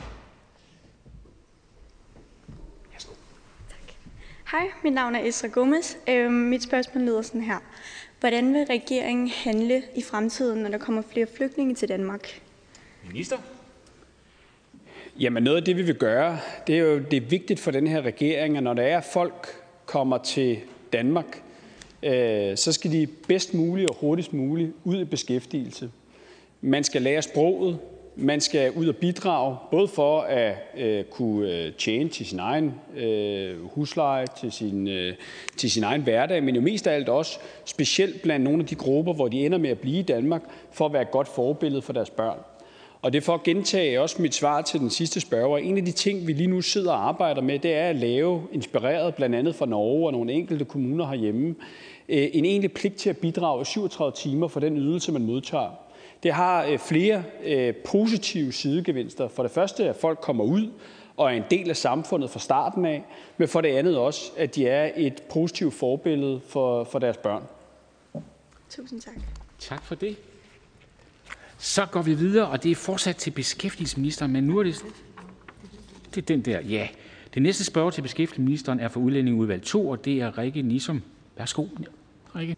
S18: Hej, mit navn er Esra Gomes. Mit spørgsmål lyder sådan her. Hvordan vil regeringen handle i fremtiden, når der kommer flere flygtninge til Danmark?
S1: Minister?
S17: Jamen noget af det, vi vil gøre, det er vigtigt for den her regering, at når der er folk kommer til Danmark, så skal de bedst muligt og hurtigst muligt ud i beskæftigelse. Man skal lære sproget, man skal ud og bidrage, både for at kunne tjene til sin egen husleje, til sin egen hverdag, men jo mest af alt også specielt blandt nogle af de grupper, hvor de ender med at blive i Danmark, for at være et godt forbillede for deres børn. Og det er for at gentage også mit svar til den sidste spørger. En af de ting, vi lige nu sidder og arbejder med, det er at lave, inspireret blandt andet fra Norge og nogle enkelte kommuner herhjemme, en egentlig pligt til at bidrage 37 timer for den ydelse, man modtager. Det har flere positive sidegevinster. For det første, at folk kommer ud og er en del af samfundet fra starten af, men for det andet også, at de er et positivt forbillede for deres børn.
S18: Tusind tak.
S1: Tak for det. Så går vi videre, og det er fortsat til beskæftigelsesministeren, men nu er det er den der, ja. Det næste spørgsmål til beskæftigelsesministeren er fra Udlændingeudvalg 2, og det er Rikke Nissum. Værsgo, Rikke.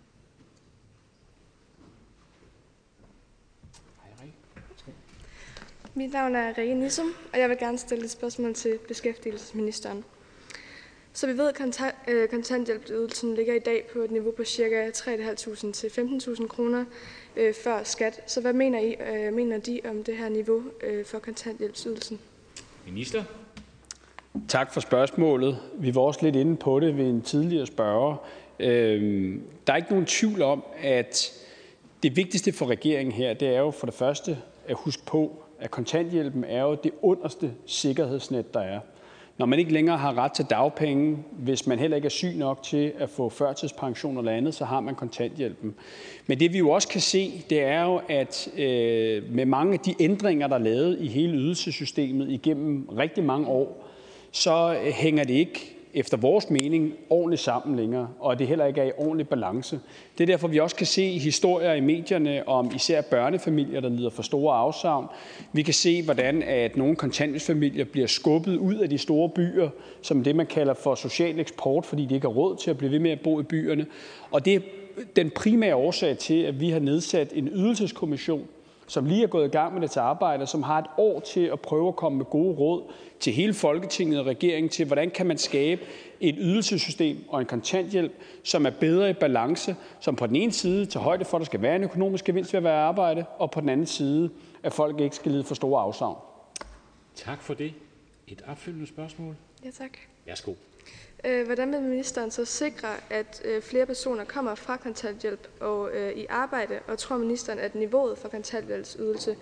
S7: Mit navn er Rikke Nissum, og jeg vil gerne stille et spørgsmål til beskæftigelsesministeren. Så vi ved, at kontanthjælpsydelsen ligger i dag på et niveau på ca. 3.500 til 15.000 kroner før skat. Så hvad mener de om det her niveau for kontanthjælpsydelsen?
S1: Minister?
S17: Tak for spørgsmålet. Vi var også lidt inde på det ved en tidligere spørger. Der er ikke nogen tvivl om, at det vigtigste for regeringen her, det er jo for det første at huske på, at kontanthjælpen er jo det underste sikkerhedsnet, der er. Når man ikke længere har ret til dagpenge, hvis man heller ikke er syg nok til at få førtidspension eller andet, så har man kontanthjælpen. Men det vi jo også kan se, det er jo, at med mange af de ændringer, der er lavet i hele ydelsessystemet igennem rigtig mange år, så hænger det ikke efter vores mening ordentligt sammen længere, og det heller ikke er i ordentlig balance. Det er derfor, vi også kan se historier i medierne om især børnefamilier, der lider for store afsavn. Vi kan se, hvordan at nogle kontanthjælpsfamilier bliver skubbet ud af de store byer, som det, man kalder for social eksport, fordi de ikke har råd til at blive ved med at bo i byerne. Og det er den primære årsag til, at vi har nedsat en ydelseskommission, som lige er gået i gang med dets arbejde, som har et år til at prøve at komme med gode råd til hele Folketinget og regeringen til, hvordan kan man skabe et ydelsessystem og en kontanthjælp, som er bedre i balance, som på den ene side tager højde for, at der skal være en økonomisk gevinst ved at være i arbejde, og på den anden side, at folk ikke skal lide for store afsavn.
S1: Tak for det. Et opfølgende spørgsmål?
S7: Ja, tak.
S1: Værsgo.
S7: Hvordan vil ministeren så sikre, at flere personer kommer fra kontanthjælp og i arbejde, og tror ministeren, at niveauet for kontanthjælpsydelse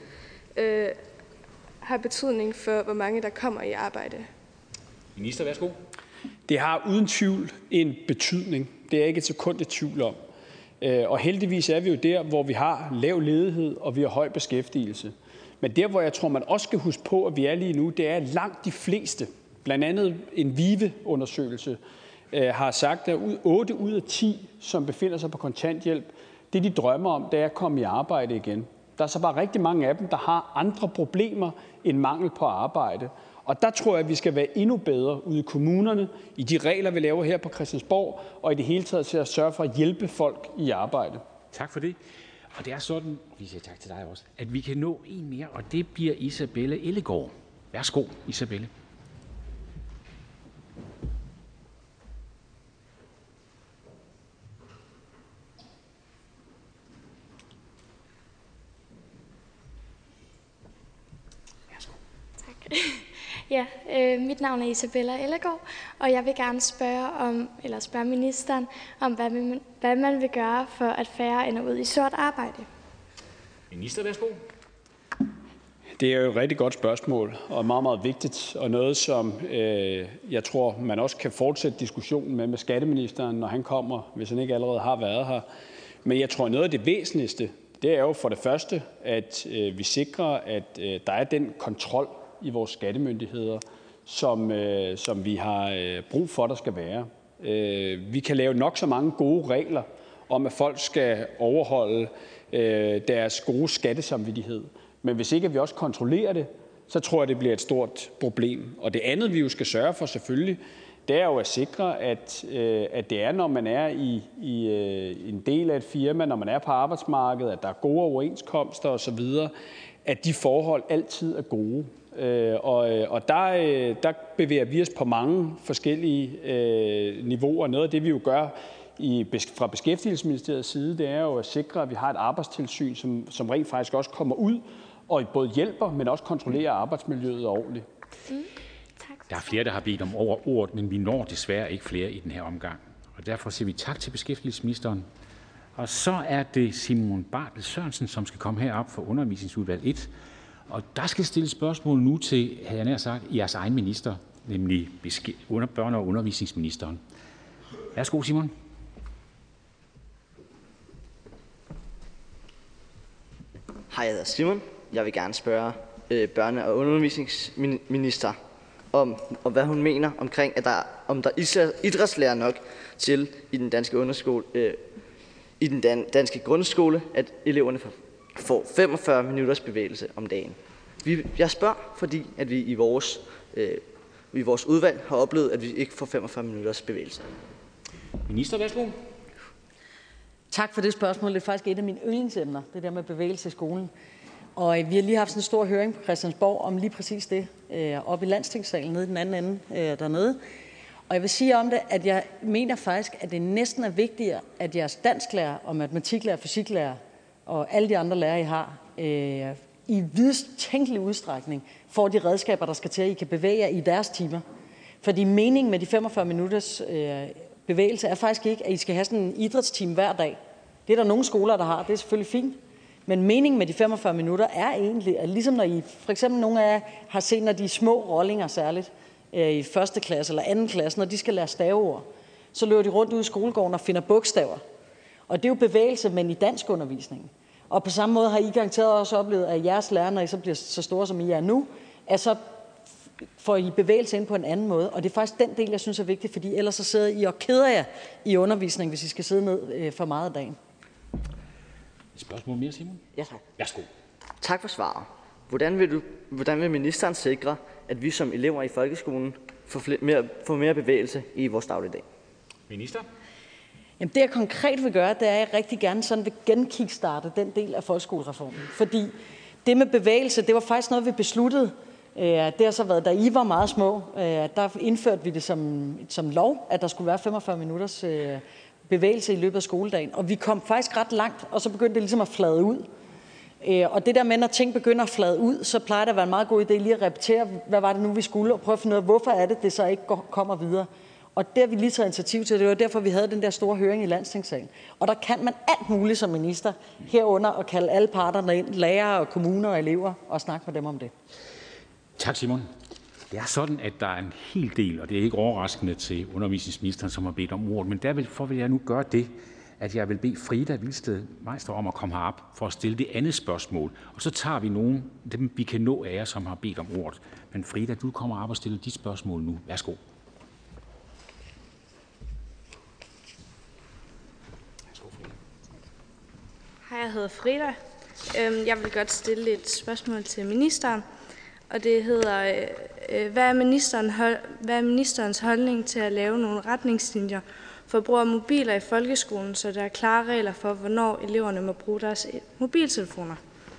S7: har betydning for, hvor mange der kommer i arbejde?
S1: Minister, værsgo.
S17: Det har uden tvivl en betydning. Det er jeg ikke et sekund i tvivl om. Og heldigvis er vi jo der, hvor vi har lav ledighed, og vi har høj beskæftigelse. Men der, hvor jeg tror, man også skal huske på, at vi er lige nu, det er, at langt de fleste, blandt andet en VIVE-undersøgelse, har sagt, at 8 ud af 10, som befinder sig på kontanthjælp, det de drømmer om, det er at komme i arbejde igen. Der er så bare rigtig mange af dem, der har andre problemer end mangel på arbejde. Og der tror jeg, at vi skal være endnu bedre ude i kommunerne, i de regler, vi laver her på Christiansborg, og i det hele taget til at sørge for at hjælpe folk i arbejde.
S1: Tak for det. Og det er sådan, vi siger tak til dig også, at vi kan nå en mere, og det bliver Isabelle Ellegaard. Værsgo, Isabelle.
S19: Ja, mit navn er Isabella Ellegaard, og jeg vil gerne spørge ministeren om, hvad man vil gøre for, at færre ender ud i sort arbejde.
S1: Minister, værsgo.
S17: Det er jo et rigtig godt spørgsmål, og meget, meget vigtigt, og noget, som jeg tror, man også kan fortsætte diskussionen med skatteministeren, når han kommer, hvis han ikke allerede har været her. Men jeg tror, noget af det væsentligste, det er jo for det første, at vi sikrer, at der er den kontrol i vores skattemyndigheder, som vi har brug for, der skal være. Vi kan lave nok så mange gode regler om, at folk skal overholde deres gode skattesamvittighed. Men hvis ikke vi også kontrollerer det, så tror jeg, det bliver et stort problem. Og det andet, vi jo skal sørge for selvfølgelig, det er jo at sikre, at det er, når man er i en del af et firma, når man er på arbejdsmarkedet, at der er gode overenskomster osv., at de forhold altid er gode. Og der bevæger vi os på mange forskellige niveauer. Noget af det, vi jo gør fra Beskæftigelsesministeriets side, det er jo at sikre, at vi har et arbejdstilsyn, som rent faktisk også kommer ud og både hjælper, men også kontrollerer arbejdsmiljøet ordentligt.
S1: Der er flere, der har bedt om ordet, men vi når desværre ikke flere i den her omgang. Og derfor siger vi tak til beskæftigelsesministeren. Og så er det Simon Bartel Sørensen, som skal komme herop for undervisningsudvalg 1. Og der skal stilles spørgsmål nu til, havde jeg nær sagt, jeres egen minister, nemlig børne- og undervisningsministeren. Værsgo, Simon.
S20: Hej, jeg hedder Simon. Jeg vil gerne spørge børne- og undervisningsminister om hvad hun mener omkring, om der er idrætslærer nok til i den danske grundskole, at eleverne får 45 minutters bevægelse om dagen. Jeg spørger, fordi at vi i vores udvalg har oplevet, at vi ikke får 45 minutters bevægelse.
S1: Minister, værsgo.
S21: Tak for det spørgsmål. Det er faktisk et af mine yndlingsemner, det der med bevægelse i skolen. Og vi har lige haft sådan en stor høring på Christiansborg om lige præcis det, oppe i Landstingssalen nede i den anden ende dernede. Og jeg vil sige om det, at jeg mener faktisk, at det næsten er vigtigere, at jeres dansklærer og matematiklærer, fysiklærer og alle de andre lærere, I har, i videst tænkelig udstrækning får de redskaber, der skal til, at I kan bevæge jer i deres timer. Fordi meningen med de 45 minutters bevægelse er faktisk ikke, at I skal have sådan en idrætstime hver dag. Det er der nogle skoler, der har. Det er selvfølgelig fint. Men meningen med de 45 minutter er egentlig, at ligesom når I, for eksempel nogle af jer har set, når de små rollinger særligt, i første klasse eller anden klasse, når de skal lære staveord, så løber de rundt ude i skolegården og finder bogstaver. Og det er jo bevægelse, men i dansk undervisning. Og på samme måde har I garanteret også oplevet, at jeres lærere, når I så bliver så store, som I er nu, at så får I bevægelse ind på en anden måde. Og det er faktisk den del, jeg synes er vigtig, fordi ellers så sidder I og keder jer i undervisning, hvis I skal sidde ned for meget af dagen.
S1: Spørgsmål mere, Simon?
S20: Ja, tak.
S1: Værsgo.
S20: Tak for svaret. Hvordan vil ministeren sikre, at vi som elever i folkeskolen får mere bevægelse i vores dagligdag?
S1: Minister?
S21: Jamen det jeg konkret vil gøre, det er, at jeg rigtig gerne sådan vil genkickstarte den del af folkeskolereformen. Fordi det med bevægelse, det var faktisk noget, vi besluttede. Det har så været, da I var meget små, der indførte vi det som lov, at der skulle være 45 minutters bevægelse i løbet af skoledagen. Og vi kom faktisk ret langt, og så begyndte det ligesom at flade ud. Og det der med, når ting begynder at flade ud, så plejer det at være en meget god idé lige at repetere, hvad var det nu, vi skulle, og prøve at finde ud af, hvorfor er det så ikke kommer videre. Og det har vi lige taget initiativ til. Det var derfor, vi havde den der store høring i Landstingssalen. Og der kan man alt muligt som minister herunder at kalde alle parterne ind, lærere og kommuner og elever, og snakke med dem om det.
S1: Tak, Simon. Det er sådan, at der er en hel del, og det er ikke overraskende til undervisningsministeren, som har bedt om ordet, men derfor vil jeg nu gøre det, at jeg vil bede Frida Vilsted Meister om at komme herop for at stille det andet spørgsmål. Og så tager vi nogle af dem, vi kan nå af jer, som har bedt om ordet. Men Frida, du kommer op og stiller dit spørgsmål nu. Værsgo.
S7: Hej, jeg hedder Frida. Jeg vil godt stille et spørgsmål til ministeren. Og det hedder, Hvad er ministerens holdning til at lave nogle retningslinjer for brug af mobiler i folkeskolen, så der er klare regler for, hvornår eleverne må bruge deres mobiltelefoner?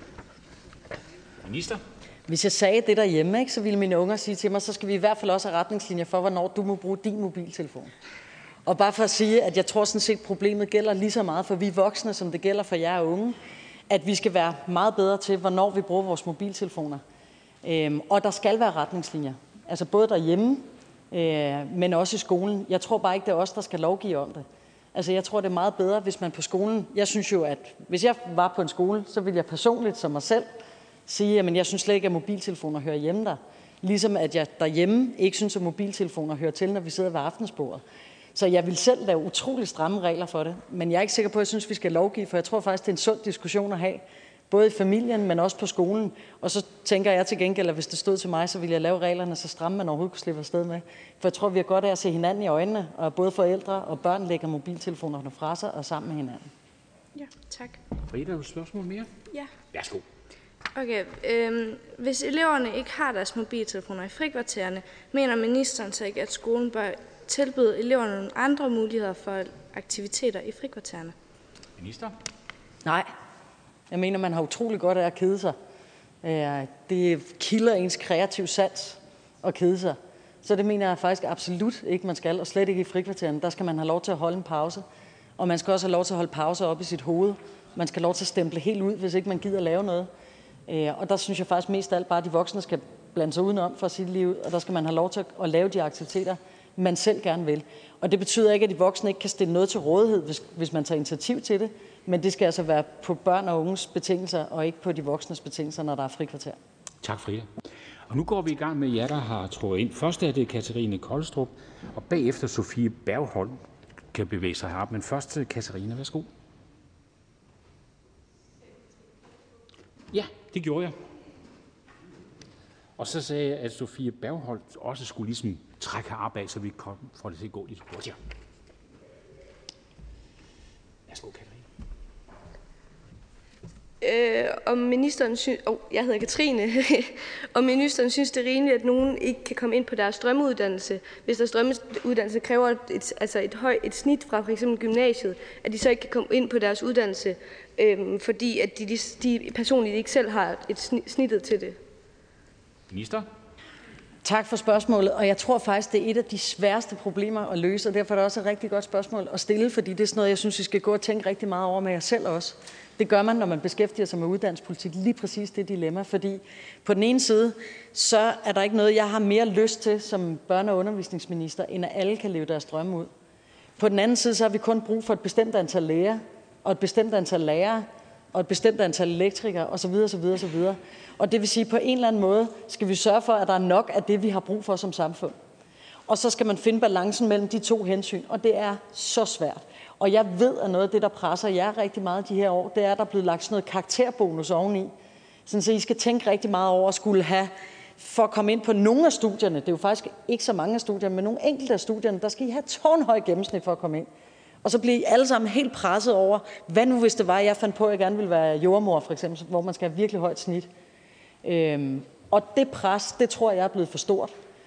S1: Minister?
S21: Hvis jeg sagde det derhjemme, ikke, så ville mine unger sige til mig, så skal vi i hvert fald også have retningslinjer for, hvornår du må bruge din mobiltelefon. Og bare for at sige, at jeg tror sådan set, problemet gælder lige så meget for vi voksne, som det gælder for jer unge, at vi skal være meget bedre til, hvornår vi bruger vores mobiltelefoner. Og der skal være retningslinjer. Altså både derhjemme, men også i skolen. Jeg tror bare ikke, det er os, der skal lovgive om det. Altså jeg tror, det er meget bedre, hvis man på skolen... Jeg synes jo, at hvis jeg var på en skole, så ville jeg personligt som mig selv sige, at jeg synes slet ikke, at mobiltelefoner hører hjemme der. Ligesom at jeg derhjemme ikke synes, at mobiltelefoner hører til, når vi sidder ved aftensbordet. Så jeg vil selv lave utrolig stramme regler for det. Men jeg er ikke sikker på, at jeg synes, vi skal lovgive, for jeg tror faktisk, det er en sund diskussion at have. Både i familien, men også på skolen. Og så tænker jeg til gengæld, at hvis det stod til mig, så ville jeg lave reglerne så stramme, man overhovedet kunne slippe afsted med. For jeg tror, vi har godt af at se hinanden i øjnene, og både forældre og børn lægger mobiltelefonerne fra sig og sammen med hinanden.
S7: Ja, tak.
S1: Frida, har du spørgsmål mere?
S7: Ja.
S1: Værsgo.
S7: Okay, hvis eleverne ikke har deres mobiltelefoner i frikvartererne, mener ministeren så ikke, at skolen bør tilbyde eleverne nogle andre muligheder for aktiviteter i frikvartererne?
S1: Minister?
S21: Nej. Jeg mener, man har utrolig godt af at kede sig. Det kilder ens kreativ sans at kede sig. Så det mener jeg faktisk absolut ikke, man skal, og slet ikke i frikvartererne. Der skal man have lov til at holde en pause. Og man skal også have lov til at holde pauser op i sit hoved. Man skal have lov til at stemple helt ud, hvis ikke man gider lave noget. Og der synes jeg faktisk mest af alt bare, at de voksne skal blande sig udenom for at sige det lige ud. Og der skal man have lov til at lave de aktiviteter, man selv gerne vil. Og det betyder ikke, at de voksne ikke kan stille noget til rådighed, hvis man tager initiativ til det. Men det skal altså være på børn og unges betingelser, og ikke på de voksnes betingelser, når der er frikvarter.
S1: Tak, Frida. Og nu går vi i gang med jer, der har trådt ind. Først er det Katarina Koldstrup, og bagefter Sofie Bergholm kan bevæge sig herop. Men først Katarina, værsgo. Ja, det gjorde jeg. Og så sagde jeg, at Sofie Bergholm også skulle ligesom trække herop af, så vi får det til at gå lidt hurtigere. Værsgo, Katarina.
S7: Om ministeren synes, jeg hedder Katrine, om ministeren synes, det er rimeligt, at nogen ikke kan komme ind på deres drømmeuddannelse, hvis deres drømmeuddannelse kræver et snit fra f.eks. gymnasiet, at de så ikke kan komme ind på deres uddannelse, fordi at de personligt ikke selv har et snittet til det.
S1: Minister?
S21: Tak for spørgsmålet, og jeg tror faktisk, det er et af de sværeste problemer at løse, og derfor er det også et rigtig godt spørgsmål at stille, fordi det er sådan noget, jeg synes, vi skal gå og tænke rigtig meget over med jer selv også. Det gør man, når man beskæftiger sig med uddannelsespolitik, lige præcis det dilemma, fordi på den ene side, så er der ikke noget, jeg har mere lyst til som børne- og undervisningsminister, end at alle kan leve deres drømme ud. På den anden side, så har vi kun brug for et bestemt antal læger, og et bestemt antal lærere, og et bestemt antal elektrikere, osv. osv. osv. Og det vil sige, at på en eller anden måde skal vi sørge for, at der er nok af det, vi har brug for som samfund. Og så skal man finde balancen mellem de to hensyn, og det er så svært. Og jeg ved, at noget af det, der presser jer rigtig meget de her år, det er, at der er blevet lagt sådan noget karakterbonus oveni. Så I skal tænke rigtig meget over at skulle have, for at komme ind på nogle af studierne, det er jo faktisk ikke så mange af studierne, men nogle enkelte af studierne, der skal I have tårnhøj gennemsnit for at komme ind. Og så bliver I alle sammen helt presset over, hvad nu hvis det var, jeg fandt på, at jeg gerne ville være jordmor, for eksempel, hvor man skal have virkelig højt snit. Og det pres, det tror jeg er blevet for stort.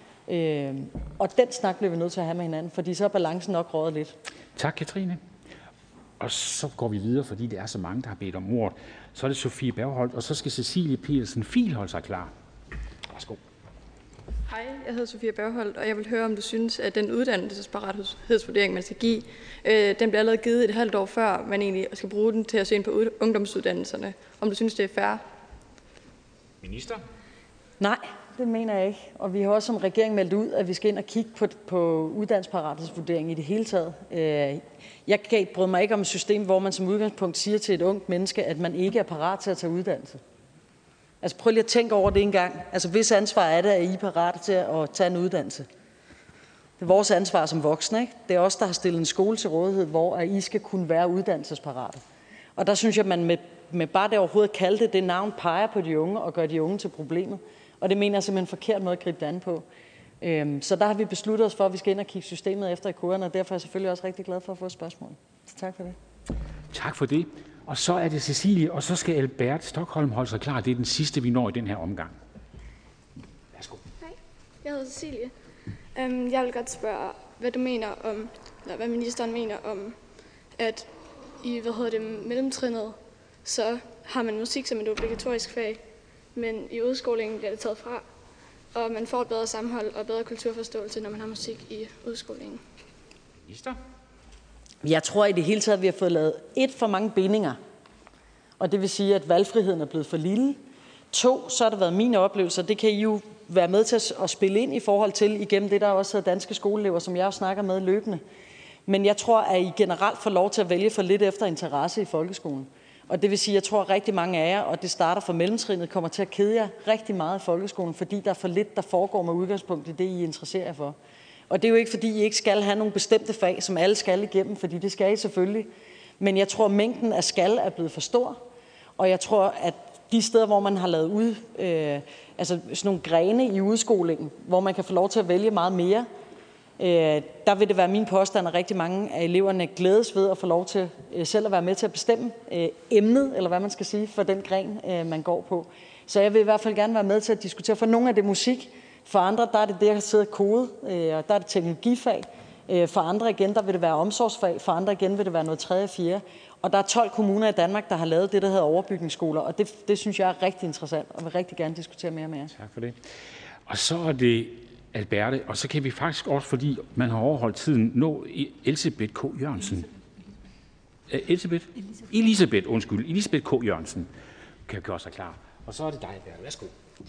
S21: Og den snak bliver vi nødt til at have med hinanden, fordi så er balancen nok røget lidt.
S1: Tak, Katrine. Og så går vi videre, fordi det er så mange, der har bedt om ordet. Så er det Sofie Bergholm, og så skal Cecilie Petersen Fiel holde sig klar. Værsgo.
S4: Hej, jeg hedder Sofie Bergholm, og jeg vil høre, om du synes, at den uddannelsesparathedsvurdering, man skal give, den bliver allerede givet et halvt år før, man egentlig skal bruge den til at se ind på ungdomsuddannelserne. Om du synes, det er fair?
S1: Minister?
S21: Nej, det mener jeg ikke. Og vi har også som regering meldt ud, at vi skal ind og kigge på uddannelsesparathedsvurdering i det hele taget. Jeg brød mig ikke om et system, hvor man som udgangspunkt siger til et ungt menneske, at man ikke er parat til at tage uddannelse. Altså prøv lige at tænke over det en gang. Altså hvis ansvar er det, at I er parate til at tage en uddannelse? Det er vores ansvar som voksne, ikke? Det er os, der har stillet en skole til rådighed, hvor I skal kunne være uddannelsesparate. Og der synes jeg, at man med bare det overhovedet at kalde det navn, peger på de unge og gør de unge til problemet. Og det mener jeg simpelthen en forkert måde at gribe det an på. Så der har vi besluttet os for, at vi skal ind og kigge systemet efter i koderne, og derfor er jeg selvfølgelig også rigtig glad for at få et spørgsmål. Så tak for det.
S1: Tak for det. Og så er det Cecilie, og så skal Albert Stockholm holde sig klar. Det er den sidste, vi når i den her omgang. Værsgo.
S7: hedder Cecilie. Jeg vil godt spørge, hvad ministeren mener om, at i mellemtrinnet, så har man musik som et obligatorisk fag, men i udskolingen bliver det taget fra, og man får et bedre sammenhold og bedre kulturforståelse, når man har musik i udskolingen.
S1: Minister?
S21: Jeg tror i det hele taget, at vi har fået lavet for mange bindinger, og det vil sige, at valgfriheden er blevet for lille. 2, så har det været min oplevelse, og det kan I jo være med til at spille ind i forhold til, igennem det, der også hedder danske skoleelever, som jeg også snakker med løbende. Men jeg tror, at I generelt får lov til at vælge for lidt efter interesse i folkeskolen. Og det vil sige, at jeg tror, at rigtig mange af jer, og det starter fra mellemtrinnet, kommer til at kede jer rigtig meget i folkeskolen, fordi der er for lidt, der foregår med udgangspunkt i det, I interesserer jer for. Og det er jo ikke, fordi I ikke skal have nogle bestemte fag, som alle skal igennem, fordi det skal I selvfølgelig. Men jeg tror, at mængden af skal er blevet for stor, og jeg tror, at de steder, hvor man har lavet sådan nogle grene i udskolingen, hvor man kan få lov til at vælge meget mere, der vil det være min påstand, at rigtig mange af eleverne glædes ved at få lov til selv at være med til at bestemme emnet, eller hvad man skal sige, for den gren, man går på. Så jeg vil i hvert fald gerne være med til at diskutere. For nogle er det musik, for andre der er det at sidde og kode, og der er det teknologifag. For andre igen, der vil det være omsorgsfag, for andre igen vil det være noget 3. og 4. Og der er 12 kommuner i Danmark, der har lavet det, der hedder overbygningsskoler, og det synes jeg er rigtig interessant, og vil rigtig gerne diskutere mere med jer.
S1: Tak for det. Og så er det Alberte, og så kan vi faktisk også, fordi man har overholdt tiden, nå Elisabeth K. Jørgensen. Elisabeth K. Jørgensen kan gøre sig klar. Og så er det dig, Alberte. Værsgo.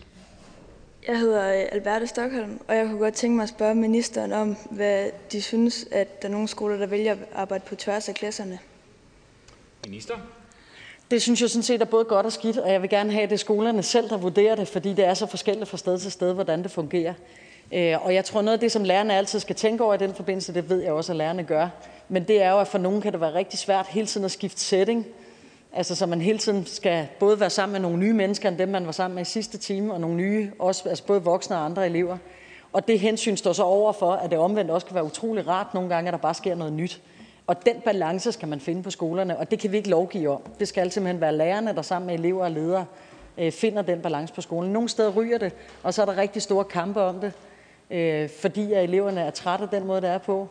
S9: Jeg hedder Alberte Stockholm, og jeg kunne godt tænke mig at spørge ministeren om, hvad de synes, at der er nogle skoler, der vælger at arbejde på tværs af klasserne.
S1: Minister?
S21: Det synes jeg sådan set er både godt og skidt, og jeg vil gerne have, at det er skolerne selv, der vurderer det, fordi det er så forskelligt fra sted til sted, hvordan det fungerer. Og jeg tror, noget af det, som lærerne altid skal tænke over i den forbindelse, det ved jeg også, at lærerne gør, men det er jo, at for nogen kan det være rigtig svært hele tiden at skifte setting. Altså, så man hele tiden skal både være sammen med nogle nye mennesker, end dem, man var sammen med i sidste time, og nogle nye, også, altså både voksne og andre elever. Og det hensyn står så over for, at det omvendt også kan være utrolig rart nogle gange, at der bare sker noget nyt. Og den balance skal man finde på skolerne, og det kan vi ikke lovgive om. Det skal simpelthen være lærerne, der sammen med elever og ledere finder den balance på skolen. Nogle steder ryger det, og så er der rigtig store kampe om det, fordi at eleverne er trætte af den måde, det er på.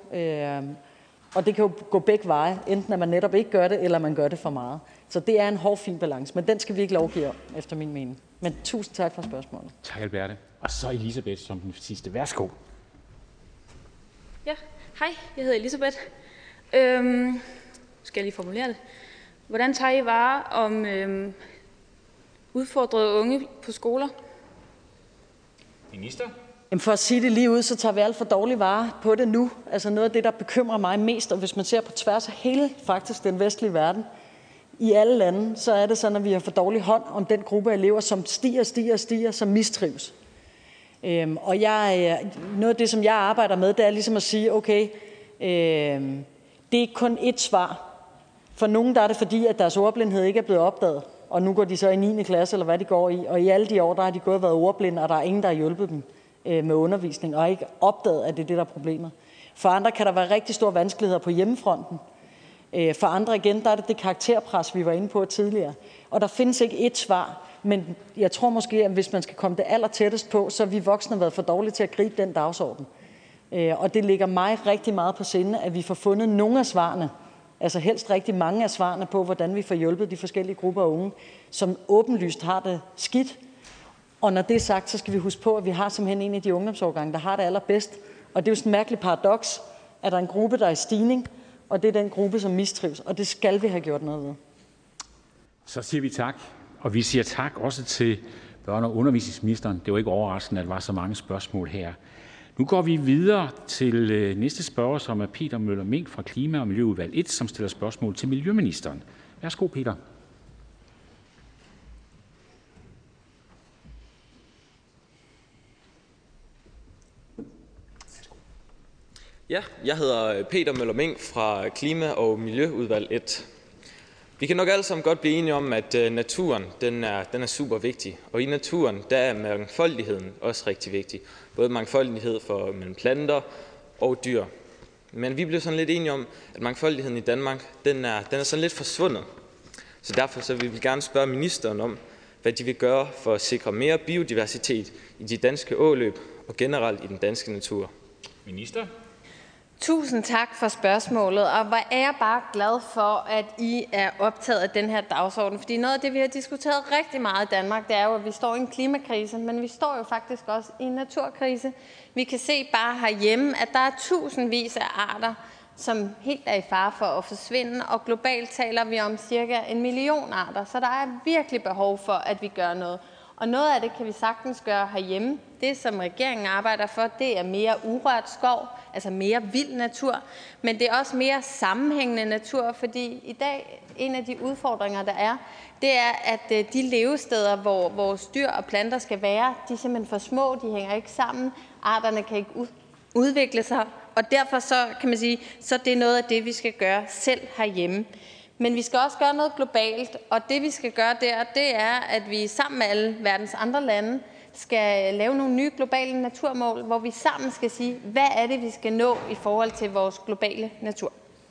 S21: Og det kan jo gå begge veje, enten at man netop ikke gør det, eller man gør det for meget. Så det er en hård, fin balance, men den skal vi ikke lovgive om, efter min mening. Men tusind tak for spørgsmålet.
S1: Tak, Alberte. Og så Elisabeth som den sidste. Værsgo.
S11: Ja, hej, jeg hedder Elisabeth. Skal jeg lige formulere det? Hvordan tager I vare om udfordrede unge på skoler?
S1: Minister?
S21: Jamen for at sige det lige ud, så tager vi alt for dårlig vare på det nu. Altså noget af det, der bekymrer mig mest, og hvis man ser på tværs af hele faktisk den vestlige verden, i alle lande, så er det sådan, at vi har for dårlig hånd om den gruppe af elever, som stiger, som mistrives. Og noget af det, som jeg arbejder med, det er ligesom at sige, okay, det er ikke kun ét svar. For nogen der er det fordi, at deres ordblindhed ikke er blevet opdaget, og nu går de så i 9. klasse, eller hvad de går i, og i alle de år, der har de gået og været ordblinde, og der er ingen, der har hjulpet dem med undervisning, og ikke opdaget, at det er det, der er problemet. For andre kan der være rigtig store vanskeligheder på hjemmefronten. For andre igen, der er det karakterpres, vi var inde på tidligere. Og der findes ikke ét svar, men jeg tror måske, at hvis man skal komme det allertættest på, så har vi voksne været for dårlige til at gribe den dagsorden. Og det ligger mig rigtig meget på sinde, at vi får fundet nogle af svarene, altså helst rigtig mange af svarene på, hvordan vi får hjulpet de forskellige grupper af unge, som åbenlyst har det skidt. Og når det er sagt, så skal vi huske på, at vi har simpelthen en af de ungdomsårgange, der har det allerbedst. Og det er jo sådan en mærkelig paradoks, at der er en gruppe, der er i stigning, og det er den gruppe, som mistrives, og det skal vi have gjort noget ved.
S1: Så siger vi tak, og vi siger tak også til børne- og undervisningsministeren. Det var ikke overraskende, at der var så mange spørgsmål her. Nu går vi videre til næste spørger, som er Peter Møller Mink fra Klima- og Miljøudvalg 1, som stiller spørgsmål til Miljøministeren. Værsgo, Peter.
S5: Ja, jeg hedder Peter Møller Mink fra Klima- og Miljøudvalg 1. Vi kan nok alle sammen godt blive enige om, at naturen den er super vigtig. Og i naturen der er mangfoldigheden også rigtig vigtig. Både mangfoldighed for mellem planter og dyr. Men vi blev sådan lidt enige om, at mangfoldigheden i Danmark den er sådan lidt forsvundet. Så derfor så vil vi gerne spørge ministeren om, hvad de vil gøre for at sikre mere biodiversitet i de danske åløb og generelt i den danske natur?
S1: Minister?
S6: Tusind tak for spørgsmålet, og hvor er jeg bare glad for, at I er optaget af den her dagsorden. Fordi noget af det, vi har diskuteret rigtig meget i Danmark, det er jo, at vi står i en klimakrise, men vi står jo faktisk også i en naturkrise. Vi kan se bare herhjemme, at der er tusindvis af arter, som helt er i fare for at forsvinde, og globalt taler vi om cirka 1 million arter, så der er virkelig behov for, at vi gør noget. Og noget af det kan vi sagtens gøre herhjemme. Det, som regeringen arbejder for, det er mere urørt skov, altså mere vild natur, men det er også mere sammenhængende natur, fordi i dag en af de udfordringer, der er, det er, at de levesteder, hvor vores dyr og planter skal være, de er simpelthen for små, de hænger ikke sammen, arterne kan ikke udvikle sig, og derfor så kan man sige, så det er noget af det, vi skal gøre selv herhjemme. Men vi skal også gøre noget globalt, og det vi skal gøre der, det er, at vi sammen med alle verdens andre lande skal lave nogle nye globale naturmål, hvor vi sammen skal sige, hvad er det, vi skal nå i forhold til vores globale natur.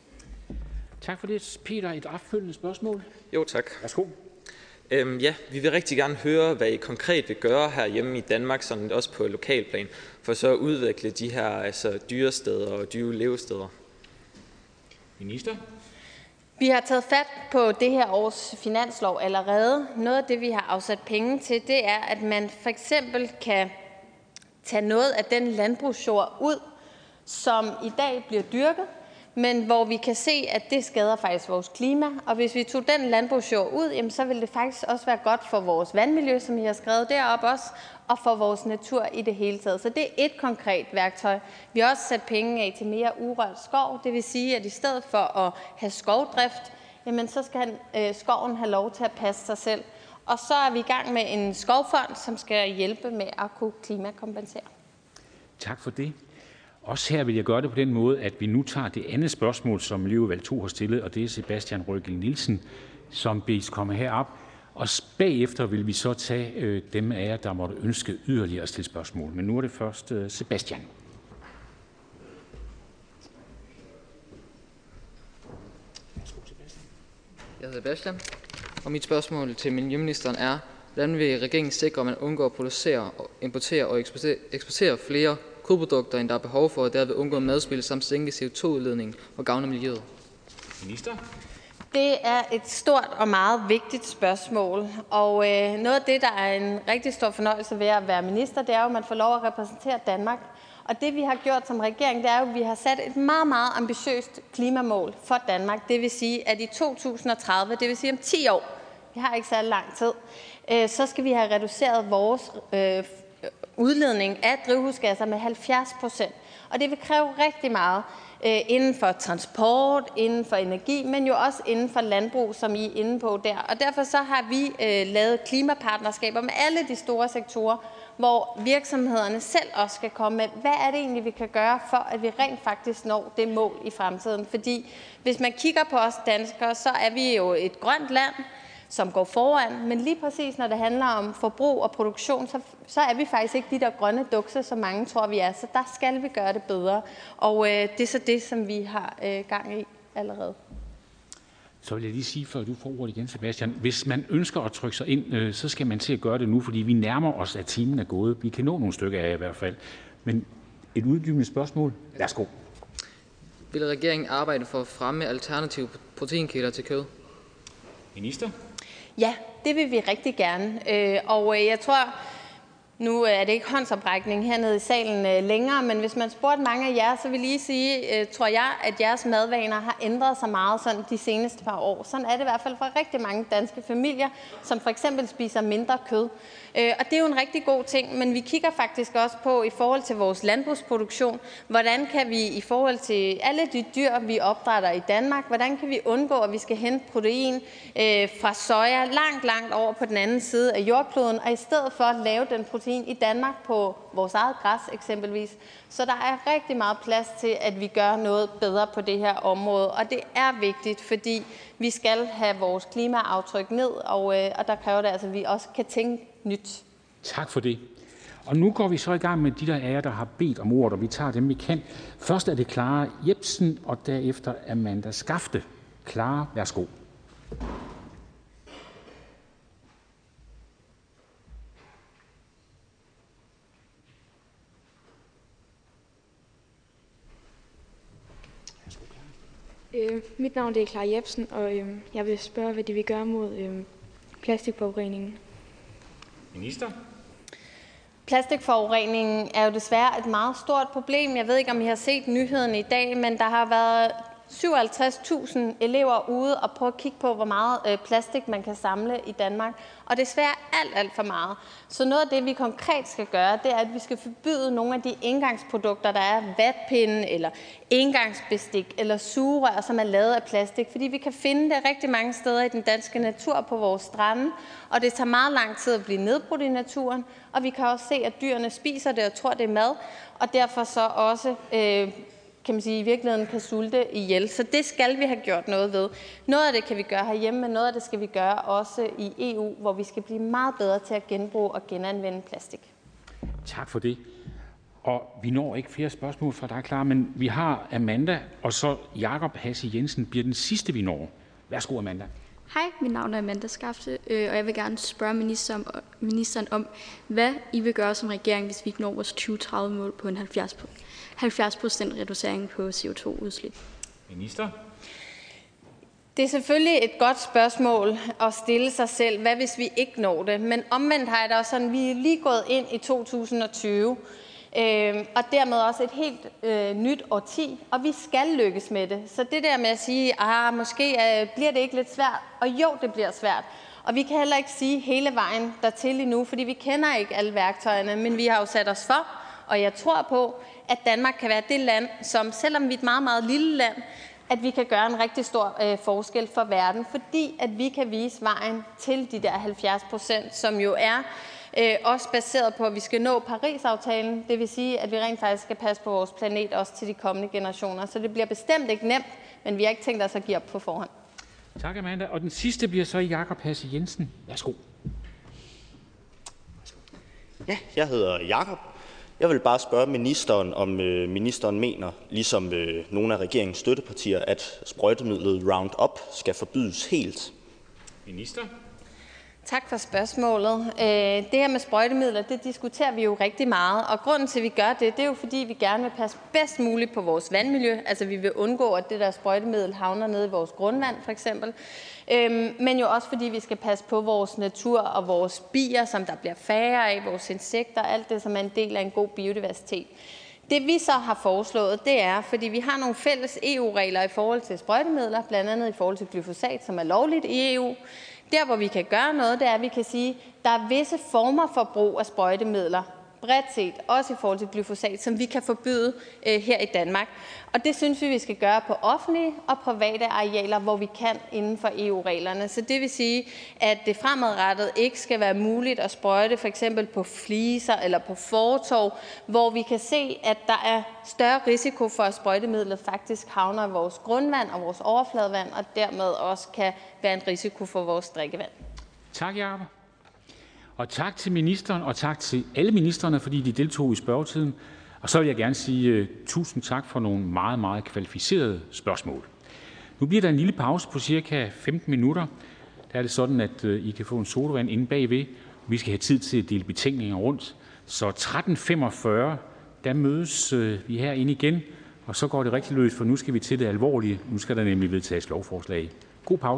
S1: Tak for det. Peter, et opfølgende spørgsmål?
S5: Jo, tak.
S1: Værsgo.
S5: Ja, vi vil rigtig gerne høre, hvad I konkret vil gøre herhjemme i Danmark, sådan også på lokalplan, for så at udvikle de her dyresteder og dyrelevesteder.
S1: Minister?
S6: Vi har taget fat på det her års finanslov allerede. Noget af det, vi har afsat penge til, det er, at man for eksempel kan tage noget af den landbrugsjord ud, som i dag bliver dyrket, men hvor vi kan se, at det skader faktisk vores klima. Og hvis vi tog den landbrugsjord ud, jamen, så ville det faktisk også være godt for vores vandmiljø, som I har skrevet deroppe også, og for vores natur i det hele taget. Så det er et konkret værktøj. Vi har også sat penge af til mere urørt skov. Det vil sige, at i stedet for at have skovdrift, jamen, så skal skoven have lov til at passe sig selv. Og så er vi i gang med en skovfond, som skal hjælpe med at kunne klimakompensere.
S1: Tak for det. Også her vil jeg gøre det på den måde, at vi nu tager det andet spørgsmål, som Miljøudvalg 2 har stillet, og det er Sebastian Røgel Nielsen, som bedes komme herop. Og bagefter vil vi så tage dem af jer, der måtte ønske yderligere at stille spørgsmål. Men nu er det først Sebastian.
S22: Jeg hedder Sebastian, og mit spørgsmål til miljøministeren er, hvordan vil regeringen sikre, at man undgår at producere, importere og eksportere flere kødprodukter, end der er behov for, og derved undgå madspild samt sænke CO2-udledningen og gavne miljøet?
S1: Minister?
S6: Det er et stort og meget vigtigt spørgsmål, og noget af det, der er en rigtig stor fornøjelse ved at være minister, det er jo, at man får lov at repræsentere Danmark. Og det vi har gjort som regering, det er jo, at vi har sat et meget, meget ambitiøst klimamål for Danmark. Det vil sige, at i 2030, det vil sige om 10 år, vi har ikke særlig lang tid, så skal vi have reduceret vores udledning af drivhusgasser med 70%. Og det vil kræve rigtig meget inden for transport, inden for energi, men jo også inden for landbrug, som I er inde på der. Og derfor så har vi lavet klimapartnerskaber med alle de store sektorer, hvor virksomhederne selv også skal komme med, hvad er det egentlig, vi kan gøre for, at vi rent faktisk når det mål i fremtiden. Fordi hvis man kigger på os danskere, så er vi jo et grønt land, som går foran, men lige præcis når det handler om forbrug og produktion, så er vi faktisk ikke de der grønne dukser, som mange tror, vi er. Så der skal vi gøre det bedre, og det er så det, som vi har gang i allerede.
S1: Så vil jeg lige sige, før du får ordet igen, Sebastian. Hvis man ønsker at trykke sig ind, så skal man til at gøre det nu, fordi vi nærmer os, at timen er gået. Vi kan nå nogle stykker af i hvert fald. Men et uddybende spørgsmål. Værsgo.
S22: Vil regeringen arbejde for at fremme alternative proteinkilder til kød?
S1: Minister?
S6: Ja, det vil vi rigtig gerne. Og jeg tror, nu er det ikke håndsoprækning hernede i salen længere, men hvis man spurgte mange af jer, så vil jeg lige sige, tror jeg, at jeres madvaner har ændret sig meget sådan de seneste par år. Sådan er det i hvert fald for rigtig mange danske familier, som for eksempel spiser mindre kød. Og det er jo en rigtig god ting, men vi kigger faktisk også på i forhold til vores landbrugsproduktion, hvordan kan vi i forhold til alle de dyr, vi opdrætter i Danmark, hvordan kan vi undgå, at vi skal hente protein fra soja langt over på den anden side af jordkloden, og i stedet for at lave den protein i Danmark på vores eget græs eksempelvis. Så der er rigtig meget plads til, at vi gør noget bedre på det her område, og det er vigtigt, fordi vi skal have vores klimaaftryk ned, og der kræver det altså, at vi også kan tænke nyt.
S1: Tak for det. Og nu går vi så i gang med de der af jer, der har bedt om ordet, og vi tager dem, vi kan. Først er det Clara Jepsen, og derefter Amanda Skafte. Clara, værsgo.
S19: Mit navn er Clara Jebsen, og jeg vil spørge, hvad de vil gøre mod plastikforureningen.
S1: Minister?
S6: Plastikforureningen er jo desværre et meget stort problem. Jeg ved ikke, om I har set nyheden i dag, men der har været 57.000 elever ude og prøve at kigge på, hvor meget plastik man kan samle i Danmark. Og desværre alt for meget. Så noget af det, vi konkret skal gøre, det er, at vi skal forbyde nogle af de engangsprodukter, der er vatpinde eller engangsbestik eller sugerør, som er lavet af plastik. Fordi vi kan finde det rigtig mange steder i den danske natur på vores strande, og det tager meget lang tid at blive nedbrudt i naturen. Og vi kan også se, at dyrene spiser det og tror, det er mad, og derfor så også kan man sige, i virkeligheden kan sulte ihjel. Så det skal vi have gjort noget ved. Noget af det kan vi gøre herhjemme, men noget af det skal vi gøre også i EU, hvor vi skal blive meget bedre til at genbruge og genanvende plastik.
S1: Tak for det. Og vi når ikke flere spørgsmål fra dig, Clara, men vi har Amanda, og så Jakob Hasse Jensen bliver den sidste, vi når. Værsgo, Amanda.
S3: Hej, mit navn er Amanda Skafte, og jeg vil gerne spørge ministeren om, hvad I vil gøre som regering, hvis vi ikke når vores 2030-mål på en 70% reducering på CO2-udslip.
S1: Minister?
S6: Det er selvfølgelig et godt spørgsmål at stille sig selv, hvad hvis vi ikke når det? Men omvendt har jeg da også sådan, vi er lige gået ind i 2020, og dermed også et helt nyt årti, og vi skal lykkes med det. Så det der med at sige, måske bliver det ikke lidt svært, og jo, det bliver svært. Og vi kan heller ikke sige hele vejen dertil endnu, fordi vi kender ikke alle værktøjerne, men vi har jo sat os for, og jeg tror på, at Danmark kan være det land, som selvom vi er et meget, meget lille land, at vi kan gøre en rigtig stor forskel for verden, fordi at vi kan vise vejen til de der 70%, som jo er også baseret på, at vi skal nå Paris-aftalen. Det vil sige, at vi rent faktisk skal passe på vores planet også til de kommende generationer. Så det bliver bestemt ikke nemt, men vi har ikke tænkt os at give op på forhånd.
S1: Tak, Amanda. Og den sidste bliver så Jakob Hasse Jensen. Værsgo.
S16: Ja, jeg hedder Jakob. Jeg vil bare spørge ministeren, om ministeren mener, ligesom nogle af regeringens støttepartier, at sprøjtemidlet Roundup skal forbydes helt.
S1: Minister?
S6: Tak for spørgsmålet. Det her med sprøjtemidler, det diskuterer vi jo rigtig meget, og grunden til, at vi gør det, det er jo fordi, vi gerne vil passe bedst muligt på vores vandmiljø. Altså vi vil undgå, at det der sprøjtemiddel havner nede i vores grundvand for eksempel. Men jo også fordi, vi skal passe på vores natur og vores bier, som der bliver færre af, vores insekter, alt det, som er en del af en god biodiversitet. Det vi så har foreslået, det er, fordi vi har nogle fælles EU-regler i forhold til sprøjtemidler, blandt andet i forhold til glyfosat, som er lovligt i EU. Der, hvor vi kan gøre noget, det er, at vi kan sige, at der er visse former for brug af sprøjtemidler, bredt set, også i forhold til glyfosat, som vi kan forbyde her i Danmark. Og det synes vi skal gøre på offentlige og private arealer, hvor vi kan inden for EU-reglerne. Så det vil sige, at det fremadrettet ikke skal være muligt at sprøjte for eksempel på fliser eller på fortov, hvor vi kan se, at der er større risiko for, at sprøjtemidlet faktisk havner i vores grundvand og vores overfladevand, og dermed også kan være en risiko for vores drikkevand.
S1: Tak, Jacob. Og tak til ministeren, og tak til alle ministerne, fordi de deltog i spørgetiden. Og så vil jeg gerne sige tusind tak for nogle meget, meget kvalificerede spørgsmål. Nu bliver der en lille pause på cirka 15 minutter. Der er det sådan, at I kan få en sodavand inde bagved. Vi skal have tid til at dele betænkninger rundt. Så 13.45, der mødes vi herinde igen, og så går det rigtig løs, for nu skal vi til det alvorlige. Nu skal der nemlig vedtages lovforslag. God pause.